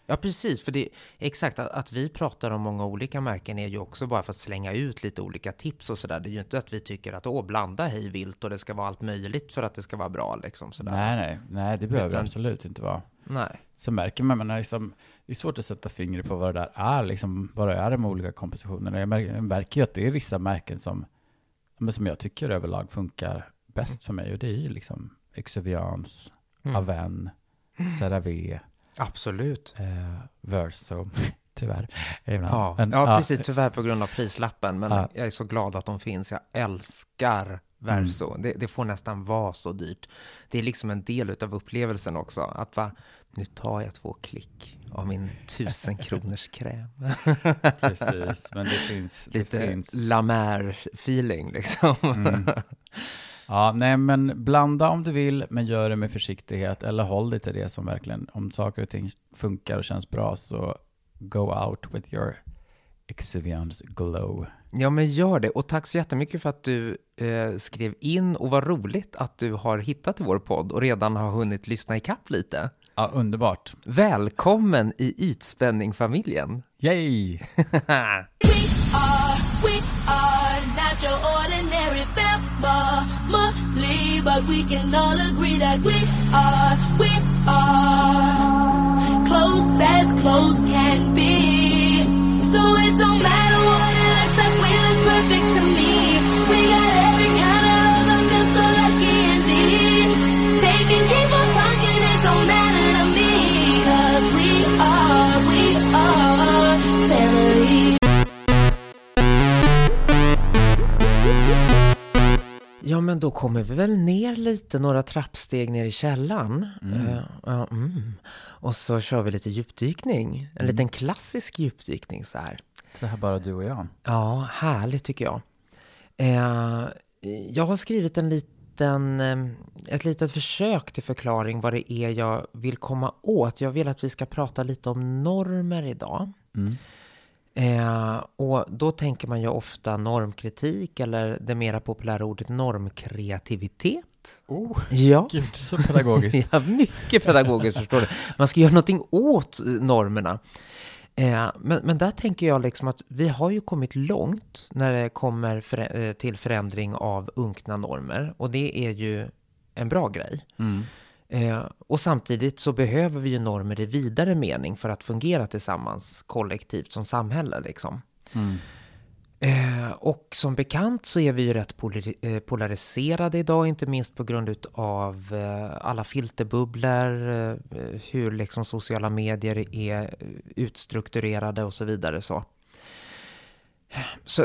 Ja, precis. För det exakt att, att vi pratar om många olika märken är ju också bara för att slänga ut lite olika tips och sådär. Det är ju inte att vi tycker att åh, blanda hej vilt och det ska vara allt möjligt för att det ska vara bra liksom sådär. Nej, nej, nej, det behöver Utan, absolut inte vara. Nej. Så märker man, men liksom, det är svårt att sätta fingret på vad det där är, liksom, vad det är de olika kompositionerna. Jag märker, jag märker ju att det är vissa märken som, men som jag tycker överlag funkar bäst för mig, och det är ju liksom Exuviance, mm. Aven, CeraVe. Absolut. Eh, Verso, tyvärr. Ja, men, ja, precis. Tyvärr på grund av prislappen. Men ja. Jag är så glad att de finns. Jag älskar Verso. Mm. Det, det får nästan vara så dyrt. Det är liksom en del av upplevelsen också. Att va, nu tar jag två klick av min tusen kronors kräm. Precis, men det finns... Lite det finns... La Mer-feeling liksom. Mm. Ja, nej, men blanda om du vill, men gör det med försiktighet, eller håll dig till det som verkligen, om saker och ting funkar och känns bra, så go out with your Exuviance glow. Ja, men gör det, och tack så jättemycket för att du eh, skrev in, och vad roligt att du har hittat vår podd och redan har hunnit lyssna i kapp lite. Ja, underbart. Välkommen i Ytspänning-familjen. Yay! We are not your ordinary family, but we can all agree that we are, we are close as close can be. So it don't matter what it looks like, we look perfect to me. We got every kind of love, I feel so lucky indeed. They can keep on talking, it don't matter to me, 'cause we are, we are family. Ja, men då kommer vi väl ner lite, några trappsteg ner i källaren. Mm. Uh, uh, mm. Och så kör vi lite djupdykning. En mm. liten klassisk djupdykning så här. Så här bara du och jag. Ja, härligt tycker jag. Uh, jag har skrivit en liten, um, ett litet försök till förklaring vad det är jag vill komma åt. Jag vill att vi ska prata lite om normer idag. Mm. Eh, och då tänker man ju ofta normkritik, eller det mera populära ordet normkreativitet. Oh, ja. Gud, så pedagogiskt. Ja, mycket pedagogiskt, förstår du. Man ska göra någonting åt normerna. Eh, men, men där tänker jag liksom att vi har ju kommit långt när det kommer för, till förändring av unkna normer. Och det är ju en bra grej. Mm. Eh, och samtidigt så behöver vi ju normer i vidare mening för att fungera tillsammans kollektivt som samhälle liksom. Mm. Eh, och som bekant så är vi ju rätt polar- eh, polariserade idag, inte minst på grund av eh, alla filterbubblor, eh, hur liksom sociala medier är utstrukturerade och så vidare så. Så,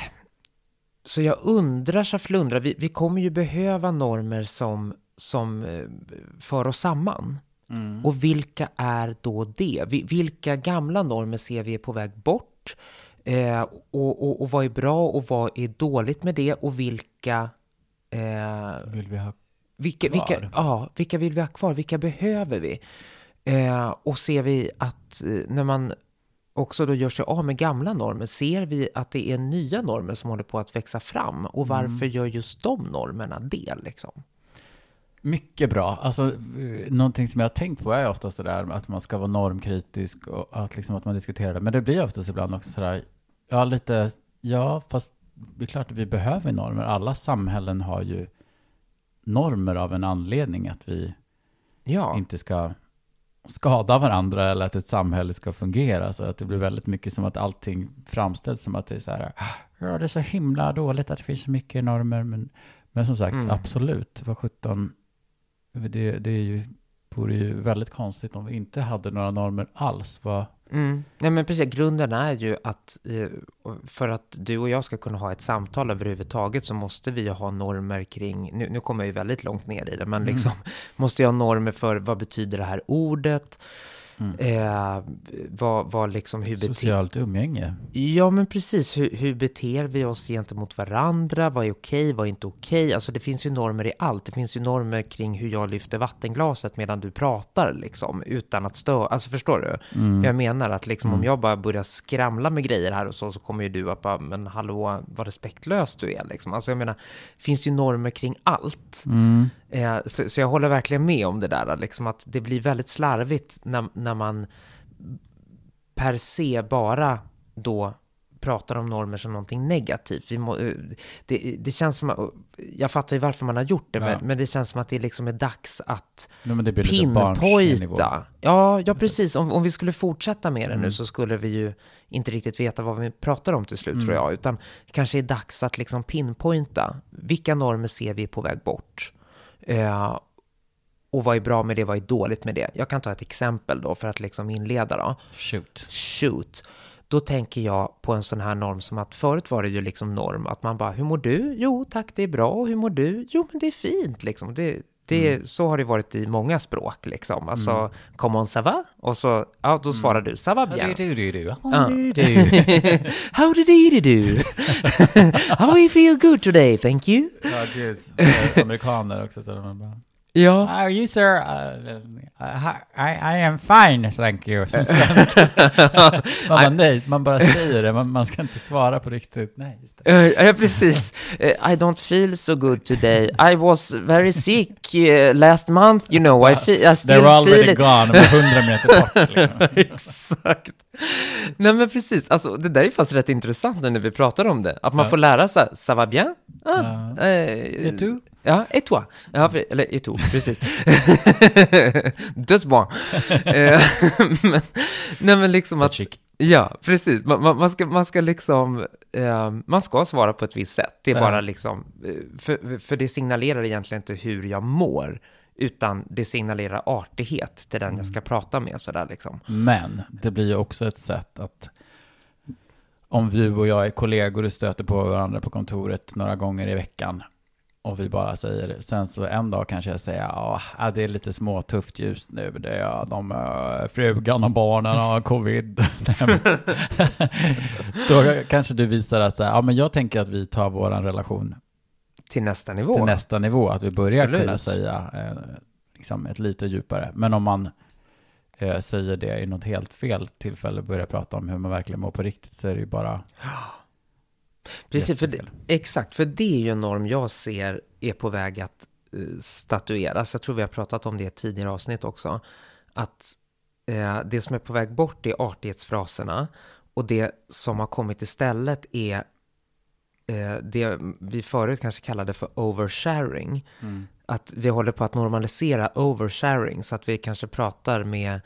så jag undrar, så flundrar, vi, vi kommer ju behöva normer som som för oss samman. Mm. Och vilka är då det? Vilka gamla normer ser vi är på väg bort? Eh, och, och, och vad är bra och vad är dåligt med det? Och vilka... Eh, vill vi ha vilka, kvar? Vilka, ja, vilka vill vi ha kvar? Vilka behöver vi? Eh, och ser vi att eh, när man också då gör sig av med gamla normer, ser vi att det är nya normer som håller på att växa fram. Och varför mm. gör just de normerna det liksom? Mycket bra. Alltså, någonting som jag har tänkt på är oftast det där att man ska vara normkritisk och att, liksom, att man diskuterar det. Men det blir oftast ibland också sådär, ja lite, ja fast det är klart att vi behöver normer. Alla samhällen har ju normer av en anledning, att vi ja. inte ska skada varandra eller att ett samhälle ska fungera. Så att det blir väldigt mycket som att allting framställs som att det är så här, ja det är så himla dåligt att det finns så mycket normer. Men, men som sagt, mm. absolut, vad sjutton. Det, det är ju, vore ju väldigt konstigt om vi inte hade några normer alls. Vad... Mm. Nej, men precis, grunden är ju att för att du och jag ska kunna ha ett samtal överhuvudtaget så måste vi ju ha normer kring, nu, nu kommer jag ju väldigt långt ner i det, men liksom mm. måste jag ha normer för vad betyder det här ordet? Mm. Eh, vad, vad liksom, hur bete- Socialt umgänge. Ja, men precis. Hur, hur beter vi oss gentemot varandra? Vad är okej? Vad är inte okej? Alltså det finns ju normer i allt. Det finns ju normer kring hur jag lyfter vattenglaset medan du pratar liksom, utan att störa. Alltså förstår du? Mm. Jag menar att liksom, mm. om jag bara börjar skramla med grejer här och så, så kommer ju du att bara, men hallå, vad respektlös du är liksom. Alltså jag menar, det finns ju normer kring allt. Mm. Eh, så, så jag håller verkligen med om det där. Liksom att det blir väldigt slarvigt när, när man per se bara då pratar om normer som någonting negativt. Vi må, det, det känns som att, jag fattar ju varför man har gjort det, ja. men, men det känns som att det liksom är dags att ja, men det blir pinpointa. Ja, ja, precis. Om, om vi skulle fortsätta med det mm. nu så skulle vi ju inte riktigt veta vad vi pratar om till slut, mm. tror jag. Utan det kanske är dags att liksom pinpointa. Vilka normer ser vi på väg bort? Uh, och vad är bra med det, vad är dåligt med det? Jag kan ta ett exempel då för att liksom inleda då. Shoot. Shoot. Då tänker jag på en sån här norm som att förut var det ju liksom norm att man bara, hur mår du? Jo tack, det är bra. Hur mår du? Jo men det är fint liksom. Det, det, mm. Så har det varit i många språk liksom. Alltså, mm. come on, ça va? Och så, ja då svarar mm. du, ça va bien. How do you do? How do you do? How do you do? How do you feel good today? Thank you. Ja, gud. Amerikaner också så man bara... Ja. Are you sir? Uh, I, I am fine, thank you. Som svensk. man, bara, nej, man bara säger det. Man, man ska inte svara på riktigt. Nej, just det. Uh, ja, precis. Uh, I don't feel so good today. I was very sick uh, last month. You know, I, feel, I still They're already feel it. gone. De är hundra meter bort. Liksom. Exakt. Nej, men precis. Alltså, det där är fast rätt intressant nu när vi pratar om det. Att man ja. får lära sig, ça va bien? Ah, ja. uh, et tu? Ja, et toi. Ja, eller et tu, precis. Deux bon. men, nej, men liksom att... Ja, precis. Man, man, man, ska, man ska liksom... Eh, man ska svara på ett visst sätt. Det är ja. bara liksom... För, för det signalerar egentligen inte hur jag mår. Utan det signalerar artighet till den mm. jag ska prata med. Sådär liksom. Men det blir ju också ett sätt att... Om du och jag är kollegor och stöter på varandra på kontoret några gånger i veckan... Och vi bara säger det. Sen så en dag kanske jag säger ja, det är lite småtufft just nu. Det är de uh, frugan och barnen har covid. Då kanske du visar att ja, men jag tänker att vi tar våran relation till nästa nivå. Till nästa nivå. Att vi börjar Absolut. kunna säga eh, liksom ett lite djupare. Men om man eh, säger det i något helt fel tillfälle och börjar prata om hur man verkligen mår på riktigt så är det ju bara... Precis, för det, exakt, för det är ju en norm jag ser är på väg att uh, statueras. Jag tror vi har pratat om det i ett tidigare avsnitt också. Att uh, det som är på väg bort är artighetsfraserna. Och det som har kommit istället är uh, det vi förut kanske kallade för oversharing. Mm. Att vi håller på att normalisera oversharing så att vi kanske pratar med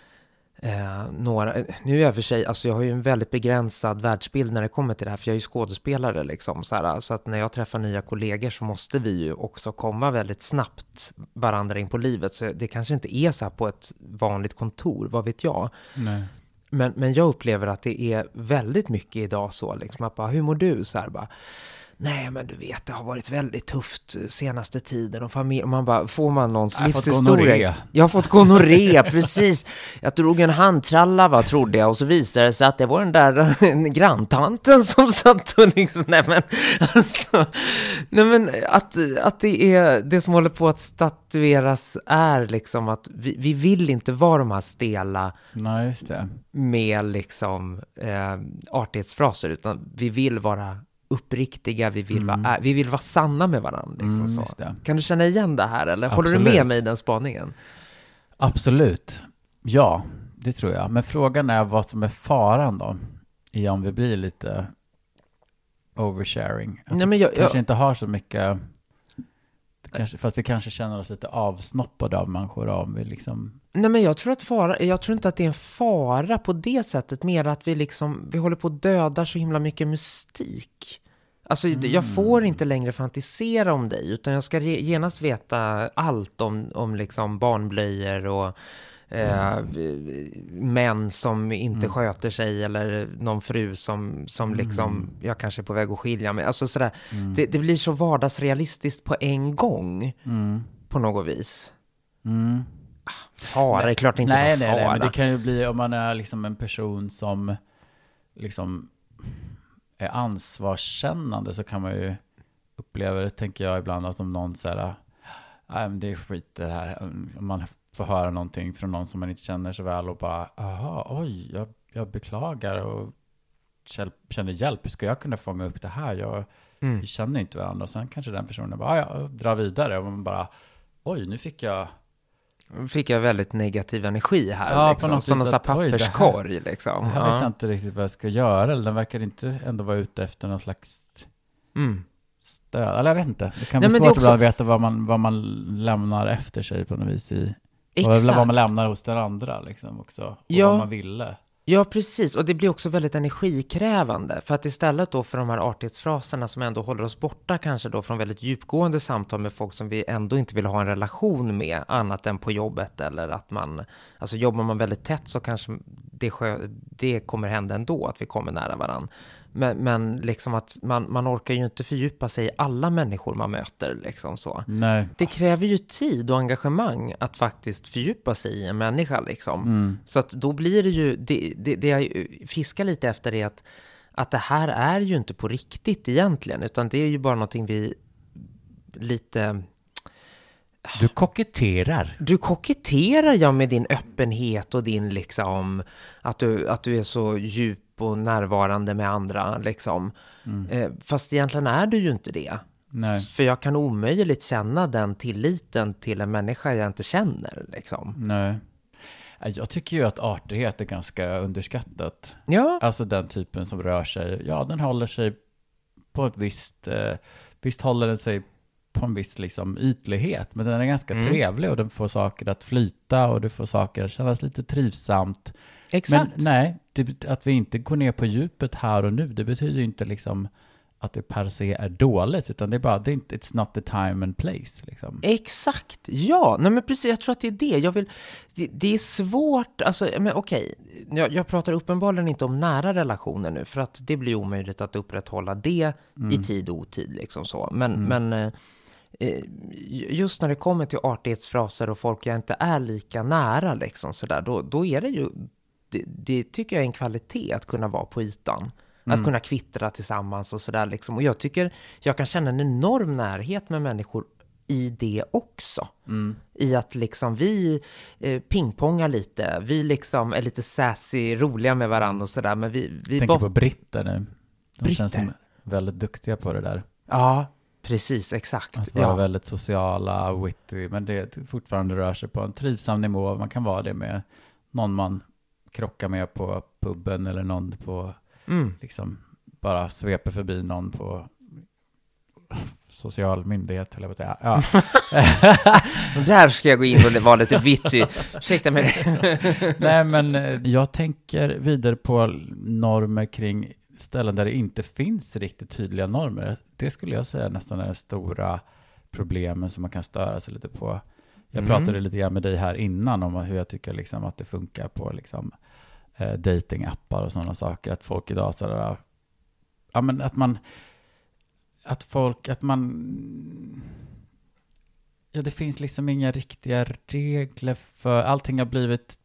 Eh, några, nu är för sig, alltså jag har ju en väldigt begränsad världsbild när det kommer till det här, för jag är ju skådespelare liksom, så, här, så att när jag träffar nya kollegor så måste vi ju också komma väldigt snabbt varandra in på livet, så det kanske inte är så här på ett vanligt kontor, vad vet jag. Nej. Men, men jag upplever att det är väldigt mycket idag så liksom, att bara, hur mår du? Så här bara, nej men du vet, det har varit väldigt tufft senaste tiden och familj, och man bara, får man någons livshistoria? Jag har fått gonorré, precis. Jag drog en handtralla, vad trodde jag, och så visade det sig att det var den där granntanten som satt och liksom, nej men, alltså, nej men att, att det är, det som håller på att statueras är liksom att vi, vi vill inte vara de här stela nej, just det. med liksom eh, artighetsfraser, utan vi vill vara uppriktiga, vi vill, mm. vara, vi vill vara sanna med varandra. Liksom, mm, så. Kan du känna igen det här, eller Absolut. Håller du med mig i den spaningen? Absolut. Ja, det tror jag. Men frågan är vad som är faran då, i om vi blir lite oversharing. Att Nej, men jag, kanske jag... inte har så mycket, kanske, fast vi kanske känner oss lite avsnoppade av människor om vi liksom... Nej, men jag tror att fara, jag tror inte att det är en fara på det sättet, mer att vi liksom, vi håller på att döda så himla mycket mystik. Alltså mm. jag får inte längre fantisera om dig, utan jag ska genast veta allt om, om liksom barnblöjor och eh, mm. män som inte mm. sköter sig, eller någon fru som, som liksom, mm. jag kanske är på väg att skilja mig. Alltså sådär, mm. det, det blir så vardagsrealistiskt på en gång mm. på något vis. Mm. Fara, det är klart inte nej, var nej, fara. nej, men det kan ju bli om man är liksom en person som liksom är ansvarskännande, så kan man ju uppleva det, tänker jag ibland, att om någon säger nej men det är skit det här, om man får höra någonting från någon som man inte känner så väl och bara, aha, oj, jag, jag beklagar och känner hjälp, hur ska jag kunna fånga upp det här? Jag, mm. jag känner inte varandra, och sen kanske den personen bara, ja, drar vidare, och man bara, oj, nu fick jag Fick jag väldigt negativ energi här, Ja, på liksom. något Som någon vis sån att, oj, det här- papperskorg, liksom. Det här Ja. vet jag inte riktigt vad jag ska göra. Eller den verkar inte ändå vara ute efter någon slags Mm. stöd. Eller jag vet inte. Det kan Nej, bli men det är svårt också- ibland att veta vad man, vad man lämnar efter sig på något vis i. Exakt. Vad man lämnar hos den andra liksom också. Och Ja. vad man ville. Ja, precis. Och det blir också väldigt energikrävande. För att istället då för de här artighetsfraserna som ändå håller oss borta kanske då från väldigt djupgående samtal med folk som vi ändå inte vill ha en relation med annat än på jobbet, eller att man, alltså jobbar man väldigt tätt så kanske det, skö, det kommer hända ändå att vi kommer nära varann. Men, men liksom att man, man orkar ju inte fördjupa sig i alla människor man möter liksom så. Nej. Det kräver ju tid och engagemang att faktiskt fördjupa sig i en människa liksom. Mm. Så att då blir det ju, det, det, det jag fiskar lite efter är att, att det här är ju inte på riktigt egentligen, utan det är ju bara någonting vi lite... Du koketterar. Du koketterar ja med din öppenhet och din liksom, att du, att du är så djup och närvarande med andra liksom. Mm. Eh, fast egentligen är du ju inte det. Nej. För jag kan omöjligt känna den tilliten till en människa jag inte känner liksom. Nej. Jag tycker ju att artighet är ganska underskattat. Ja. Alltså den typen som rör sig. Ja, den håller sig på ett visst... Eh, visst håller den sig på en viss liksom, ytlighet. Men den är ganska Mm. trevlig och den får saker att flyta och du får saker att kännas lite trivsamt. Exakt. Men nej, det, att vi inte går ner på djupet här och nu, det betyder ju inte liksom att det per se är dåligt, utan det är bara, det är inte, it's not the time and place liksom. Exakt, ja. Nej men precis, jag tror att det är det. Jag vill, det, det är svårt, alltså, men okej. Jag, jag pratar uppenbarligen inte om nära relationer nu, för att det blir omöjligt att upprätthålla det Mm. i tid och otid liksom så. Men, Mm. men eh, just när det kommer till artighetsfraser och folk jag inte är lika nära liksom sådär, då, då är det ju, det, det tycker jag är en kvalitet att kunna vara på ytan. Att Mm. kunna kvittra tillsammans och sådär liksom. Och jag tycker jag kan känna en enorm närhet med människor i det också. Mm. I att liksom vi eh, pingpongar lite. Vi liksom är lite sassy, roliga med varandra och sådär. Men vi, vi Tänker bara... på britter nu. De Britter? känns som väldigt duktiga på det där. Ja, precis, exakt. Att vara Ja. väldigt sociala, witty, men det fortfarande rör sig på en trivsam nivå. Man kan vara det med någon man krockar med på puben eller någon på, Mm. liksom, bara sveper förbi någon på social myndighet, eller vad jag ja. Och där ska jag gå in och vara lite vitty. Ursäkta mig. Nej, men eh, jag tänker vidare på normer kring ställen där det inte finns riktigt tydliga normer. Det skulle jag säga nästan är det stora problemen som man kan störa sig lite på. Jag Mm. pratade lite grann med dig här innan om hur jag tycker liksom att det funkar på liksom, eh, datingappar och sådana saker. Att folk idag sådär, ja men att man, att folk, att man, ja det finns liksom inga riktiga regler för, allting har blivit,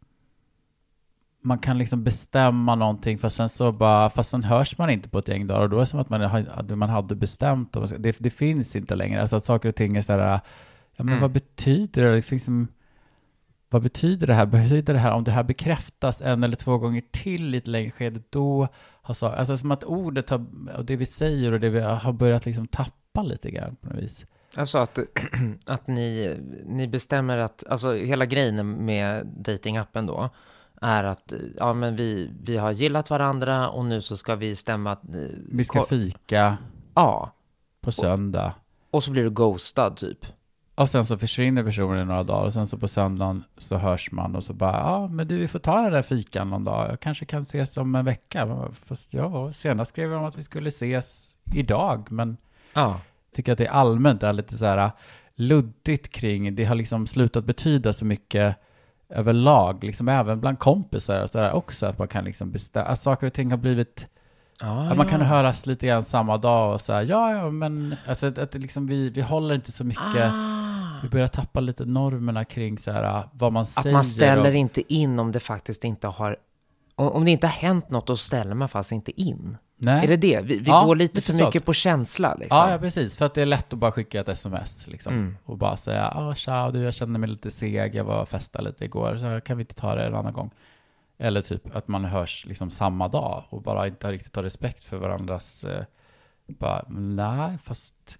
man kan liksom bestämma någonting fast sen så bara, fast sen hörs man inte på ett gäng dagar och då är det som att man hade, man hade bestämt och det, det finns inte längre, alltså att saker och ting är sådär, ja men Mm. vad betyder det? Det finns som, vad betyder det här? Betyder det här om det här bekräftas en eller två gånger till i ett längre skede, då har så, alltså som att ordet har, och det vi säger och det vi har börjat liksom tappa lite grann på något vis. Alltså att, att ni, ni bestämmer att, alltså hela grejen med datingappen då är att, ja men vi, vi har gillat varandra och nu så ska vi stämma att, eh, Vi ska ko- fika ja, på söndag. och så blir du ghostad typ. Och sen så försvinner personen i några dagar och sen så på söndagen så hörs man och så bara, ja men du vi får ta den där fikan någon dag. Jag kanske kan ses om en vecka. Fast ja, senast skrev vi om att vi skulle ses idag, men Ja. jag tycker att det allmänt är lite så här luddigt kring, det har liksom slutat betyda så mycket överlag, liksom även bland kompisar och så där också, att man kan liksom bestämma, att saker och ting har blivit, Ah, att man kan ja. höras lite grann samma dag och så här, ja ja men alltså, att, att det liksom vi, vi håller inte så mycket, Ah. vi börjar tappa lite normerna kring så här, vad man Att säger. man ställer och, inte in om det faktiskt inte har, om, om det inte har hänt något, då ställer man fast inte in. nej. Är det det? Vi, vi Ja, går lite lite för så. mycket på känsla liksom. Ja, ja, precis. För att det är lätt att bara skicka ett sms liksom. Mm. Och bara säga, ja, tja, du, jag känner mig lite seg, jag var och festade lite igår, så kan vi inte ta det en annan gång? Eller typ att man hörs liksom samma dag och bara inte riktigt har respekt för varandras, eh, bara, nej, fast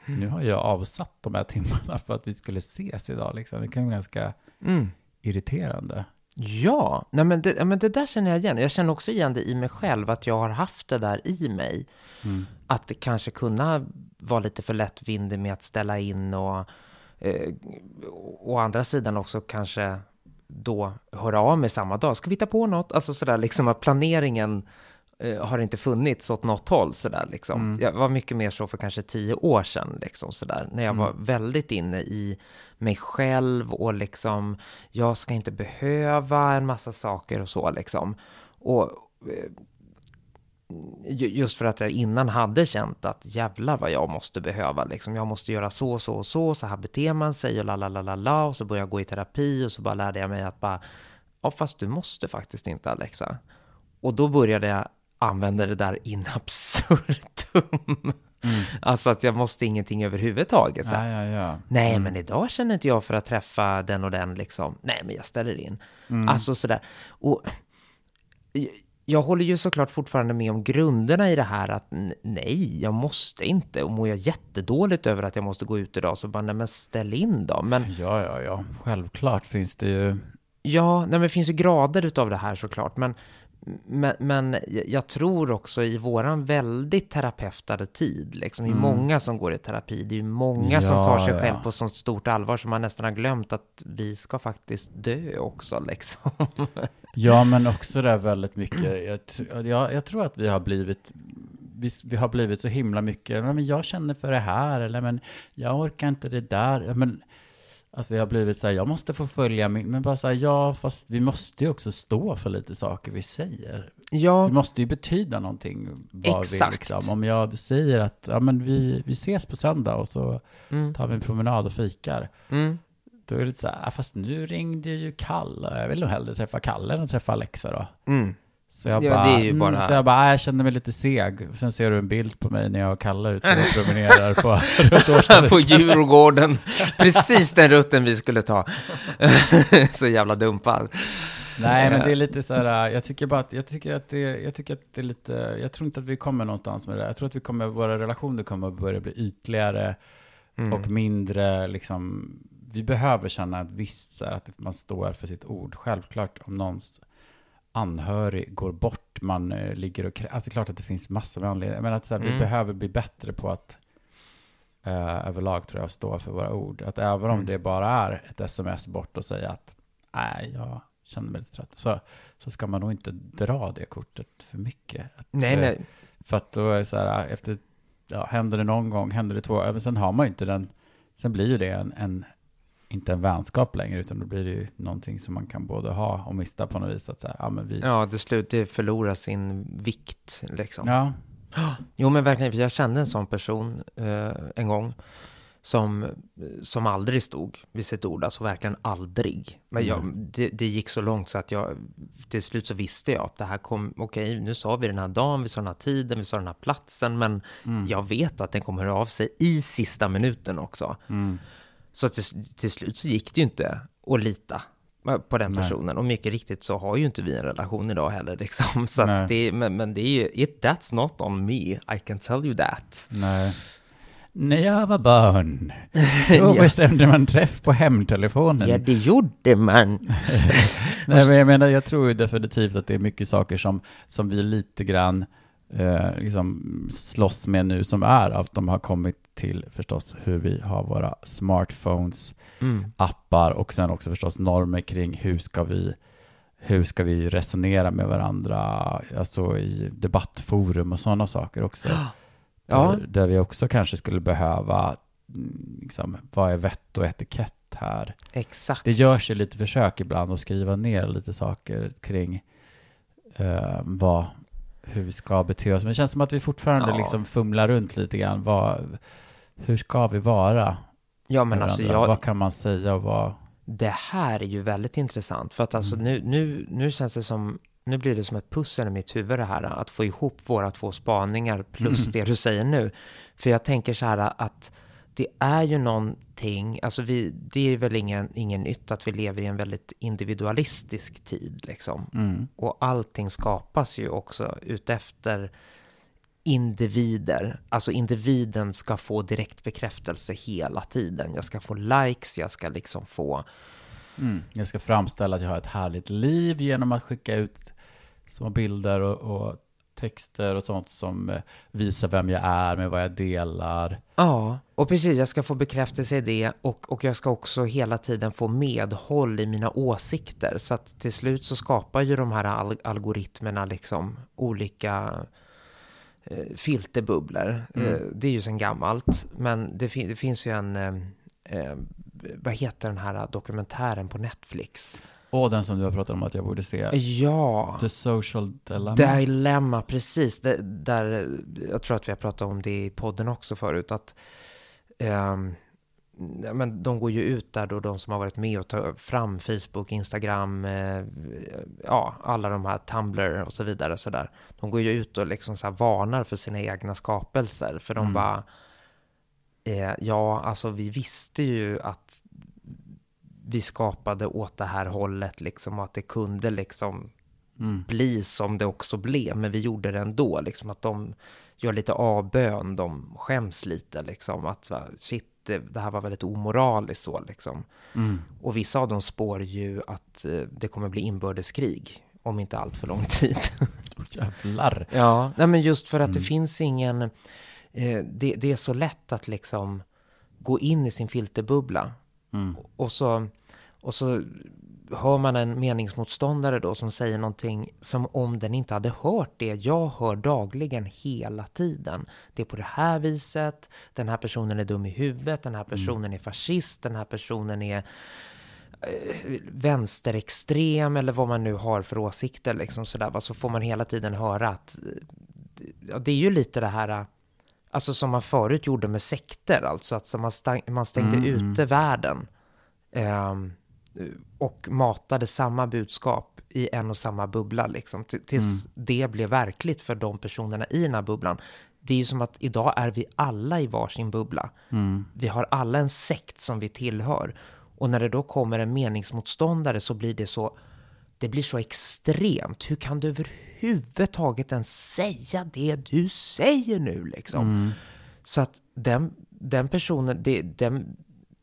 nu har jag avsatt de här timmarna för att vi skulle ses idag. Liksom. Det kan vara ganska Mm. irriterande. Ja, nej men, det, men det där känner jag igen. Jag känner också igen det i mig själv, att jag har haft det där i mig. Mm. Att det kanske kunna vara lite för lättvindig med att ställa in och eh, å andra sidan också kanske då höra av mig samma dag. Ska vi ta på något? Alltså sådär liksom att planeringen eh, har inte funnits åt något håll sådär liksom. Mm. Jag var mycket mer så för kanske tio år sedan liksom sådär. När jag Mm. var väldigt inne i mig själv och liksom jag ska inte behöva en massa saker och så liksom. Och eh, just för att jag innan hade känt att jävlar vad jag måste behöva liksom. Jag måste göra så, så och så, så här beter man sig och la la la la la, och så började jag gå i terapi och så bara lärde jag mig att bara, ja fast du måste faktiskt inte, Alexa. Och då började jag använda det där in absurdum. Mm. Alltså att jag måste ingenting överhuvudtaget. Så. Ja, ja, ja. Nej, Mm. men idag känner inte jag för att träffa den och den liksom. Nej, men jag ställer in. Mm. Alltså sådär. Och jag håller ju såklart fortfarande med om grunderna i det här att nej, jag måste inte. Och mår jag jättedåligt över att jag måste gå ut idag så bara, nej men ställ in då. Men Ja, ja, ja. Självklart finns det ju... ja, nej, men det finns ju grader utav det här såklart. Men, men, men jag tror också i våran väldigt terapeutade tid, liksom, Mm. i många som går i terapi, det är ju många Ja, som tar sig ja. själv på sånt stort allvar som man nästan har glömt att vi ska faktiskt dö också liksom. Ja, men också det är väldigt mycket. Jag, tr- jag, jag tror att vi har blivit vi, vi har blivit så himla mycket. Men jag känner för det här, eller men jag orkar inte det där. Men alltså vi har blivit så här, jag måste få följa min, men bara så här, ja, fast vi måste ju också stå för lite saker vi säger. Ja, Det måste ju betyda någonting. Vad Exakt. Vi, liksom. Om jag säger att ja, men vi, vi ses på söndag och så mm, tar vi en promenad och fikar. mm. Då är det så här, fast nu ringde ju Kalle. Jag vill nog hellre träffa Kalle än att träffa Alexa då. Mm. Så jag Ja, bara, det är ju mm, bara- så jag bara, jag kände mig lite seg. Sen ser du en bild på mig när jag och Kalle ute och promenerar på runt Årsta. På Djurgården. Precis den rutten vi skulle ta. Så jävla dumpad. Nej, men det är lite så här, jag tycker bara att, jag tycker att det, jag tycker att det är lite, jag tror inte att vi kommer någonstans med det. Jag tror att vi kommer, våra relationer kommer att börja bli ytligare Mm. och mindre, liksom, vi behöver känna ett visst, så här, att man står för sitt ord. Självklart om någons anhörig går bort, man eh, ligger och krä- alltså det är klart att det finns massor med anledningar, men att så här, vi Mm. behöver bli bättre på att eh, överlag tror jag stå för våra ord. Att även om Mm. det bara är ett sms bort och säga att nej, jag känner mig lite trött, så, så ska man nog inte dra det kortet för mycket. Att, Nej, eh, nej. För att då är det så här, efter, ja, händer det någon gång, händer det två, men sen har man ju inte den, sen blir ju det en, en inte en vänskap längre, utan då blir det ju någonting som man kan både ha och mista på något vis. Att så här, ja, men vi, Ja, det slut, det förlorar sin vikt liksom. ja, Jo, men verkligen, för jag kände en sån person eh, en gång som, som aldrig stod vid sitt ord, alltså verkligen aldrig. Men jag, Mm. det, det gick så långt så att jag, till slut så visste jag att det här kom, okej, nu sa vi den här dagen, vi sa den här tiden, vi sa den här platsen, men mm, jag vet att den kommer höra av sig i sista minuten också. mm, Så till, till slut så gick det ju inte att lita på den Nej. personen. Och mycket riktigt så har ju inte vi en relation idag heller. Liksom. Så Nej. att det, men, men det är ju, it, that's not on me, I can tell you that. nej. När jag var barn, då Ja. bestämde man träff på hemtelefonen. Ja, det gjorde man. Nej, men jag menar, jag tror ju definitivt att det är mycket saker som, som vi lite grann eh, liksom slåss med nu, som är att de har kommit till förstås hur vi har våra smartphones, Mm. appar och sen också förstås normer kring hur ska vi hur ska vi resonera med varandra, alltså i debattforum och sådana saker också. Ja. Där, där vi också kanske skulle behöva mm, liksom, vad är vett och etikett här? Exakt. Det görs ju lite försök ibland att skriva ner lite saker kring eh, vad, hur vi ska bete oss. Men det känns som att vi fortfarande Ja. liksom fumlar runt lite grann. Vad, hur ska vi vara? Ja, men med alltså varandra? jag, Vad kan man säga och vad... det här är ju väldigt intressant. För att alltså Mm. nu, nu, nu känns det som, nu blir det som ett pussel i mitt huvud det här. Att få ihop våra två spaningar plus Mm. det du säger nu. För jag tänker så här att det är ju någonting, alltså vi, det är väl ingen, ingen nytt att vi lever i en väldigt individualistisk tid liksom. Mm. Och allting skapas ju också utefter individer. Alltså individen ska få direkt bekräftelse hela tiden. Jag ska få likes, jag ska liksom få... Mm. Jag ska framställa att jag har ett härligt liv genom att skicka ut små bilder och, och texter och sånt som visar vem jag är med vad jag delar. Ja, och precis, jag ska få bekräftelse i det och, och jag ska också hela tiden få medhåll i mina åsikter. Så att till slut så skapar ju de här al- algoritmerna liksom olika eh, filterbubblor. Mm. Eh, det är ju sedan gammalt, men det, fin- det finns ju en, eh, eh, vad heter den här dokumentären på Netflix? Och den som du har pratat om att jag borde se. Ja. The Social Dilemma. Dilemma, precis. Det, där, jag tror att vi har pratat om det i podden också förut. Att um, ja, men de går ju ut där då, de som har varit med och tar fram Facebook, Instagram, eh, ja, alla de här Tumblr och så vidare. Så där. De går ju ut och liksom så här varnar för sina egna skapelser. För de Mm. bara, eh, ja, alltså vi visste ju att vi skapade åt det här hållet liksom, och att det kunde liksom Mm. bli som det också blev, men vi gjorde det ändå liksom, att de gör lite avbön, de skäms lite liksom, att va, shit, det, det här var väldigt omoraliskt så liksom. Mm. Och vissa av dem spår ju att eh, det kommer bli inbördeskrig om inte allt för lång tid. Oh, jävlar. Ja, nej, men just för att det Mm. finns ingen eh, det, det är så lätt att liksom gå in i sin filterbubbla. Mm. Och så, och så hör man en meningsmotståndare då som säger någonting som om den inte hade hört det jag hör dagligen hela tiden. Det är på det här viset, den här personen är dum i huvudet, den här personen mm. är fascist, den här personen är eh, vänsterextrem eller vad man nu har för åsikter. Liksom sådär. Så får man hela tiden höra att ja, det är ju lite det här... Alltså som man förut gjorde med sekter, alltså att man, stäng, man stängde Mm. ute världen eh, och matade samma budskap i en och samma bubbla liksom, t- tills mm. det blev verkligt för de personerna i den här bubblan. Det är ju som att idag är vi alla i varsin bubbla. Mm. Vi har alla en sekt som vi tillhör. Och när det då kommer en meningsmotståndare så blir det så, det blir så extremt. Hur kan du överhuvudtaget ens säga det du säger nu liksom? Mm. Så att den, den personen, det, den,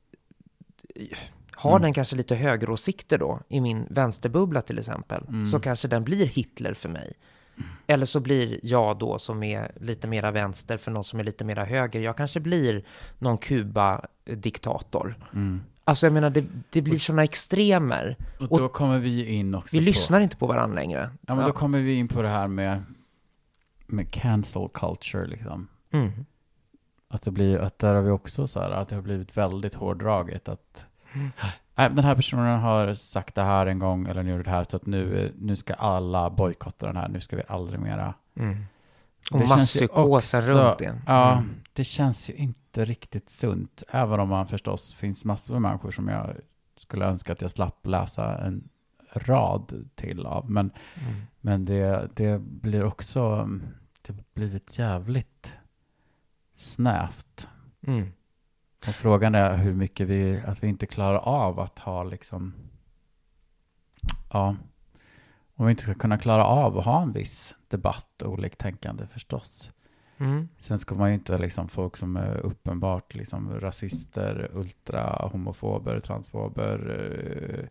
har mm. den kanske lite högeråsikter då i min vänsterbubbla till exempel, mm. så kanske den blir Hitler för mig. Mm. Eller så blir jag då som är lite mera vänster för någon som är lite mera höger. Jag kanske blir någon Kuba-diktator. Mm. Alltså jag menar, det, det blir såna extremer. Och då kommer vi in också Vi på, lyssnar inte på varandra längre. Ja, men ja. då kommer vi in på det här med, med cancel culture liksom. Mm. Att det blir, att där har vi också så här, att det har blivit väldigt hårdraget att mm. äh, den här personen har sagt det här en gång eller nu gjort det här så att nu, nu ska alla bojkotta den här, nu ska vi aldrig mera. Mm. Och masspsykosen runt det. Ja, mm. det känns ju inte riktigt sunt. Även om man förstås finns massor av människor som jag skulle önska att jag slapp läsa en rad till av. Men, mm. men det, det blir också, det har blivit jävligt snävt. Mm. Och frågan är hur mycket vi, att vi inte klarar av att ha liksom, ja, om vi inte ska kunna klara av att ha en viss debatt och oliktänkande förstås. Mm. Sen ska man ju inte liksom folk som är uppenbart liksom rasister, ultra homofober, transfober, uh,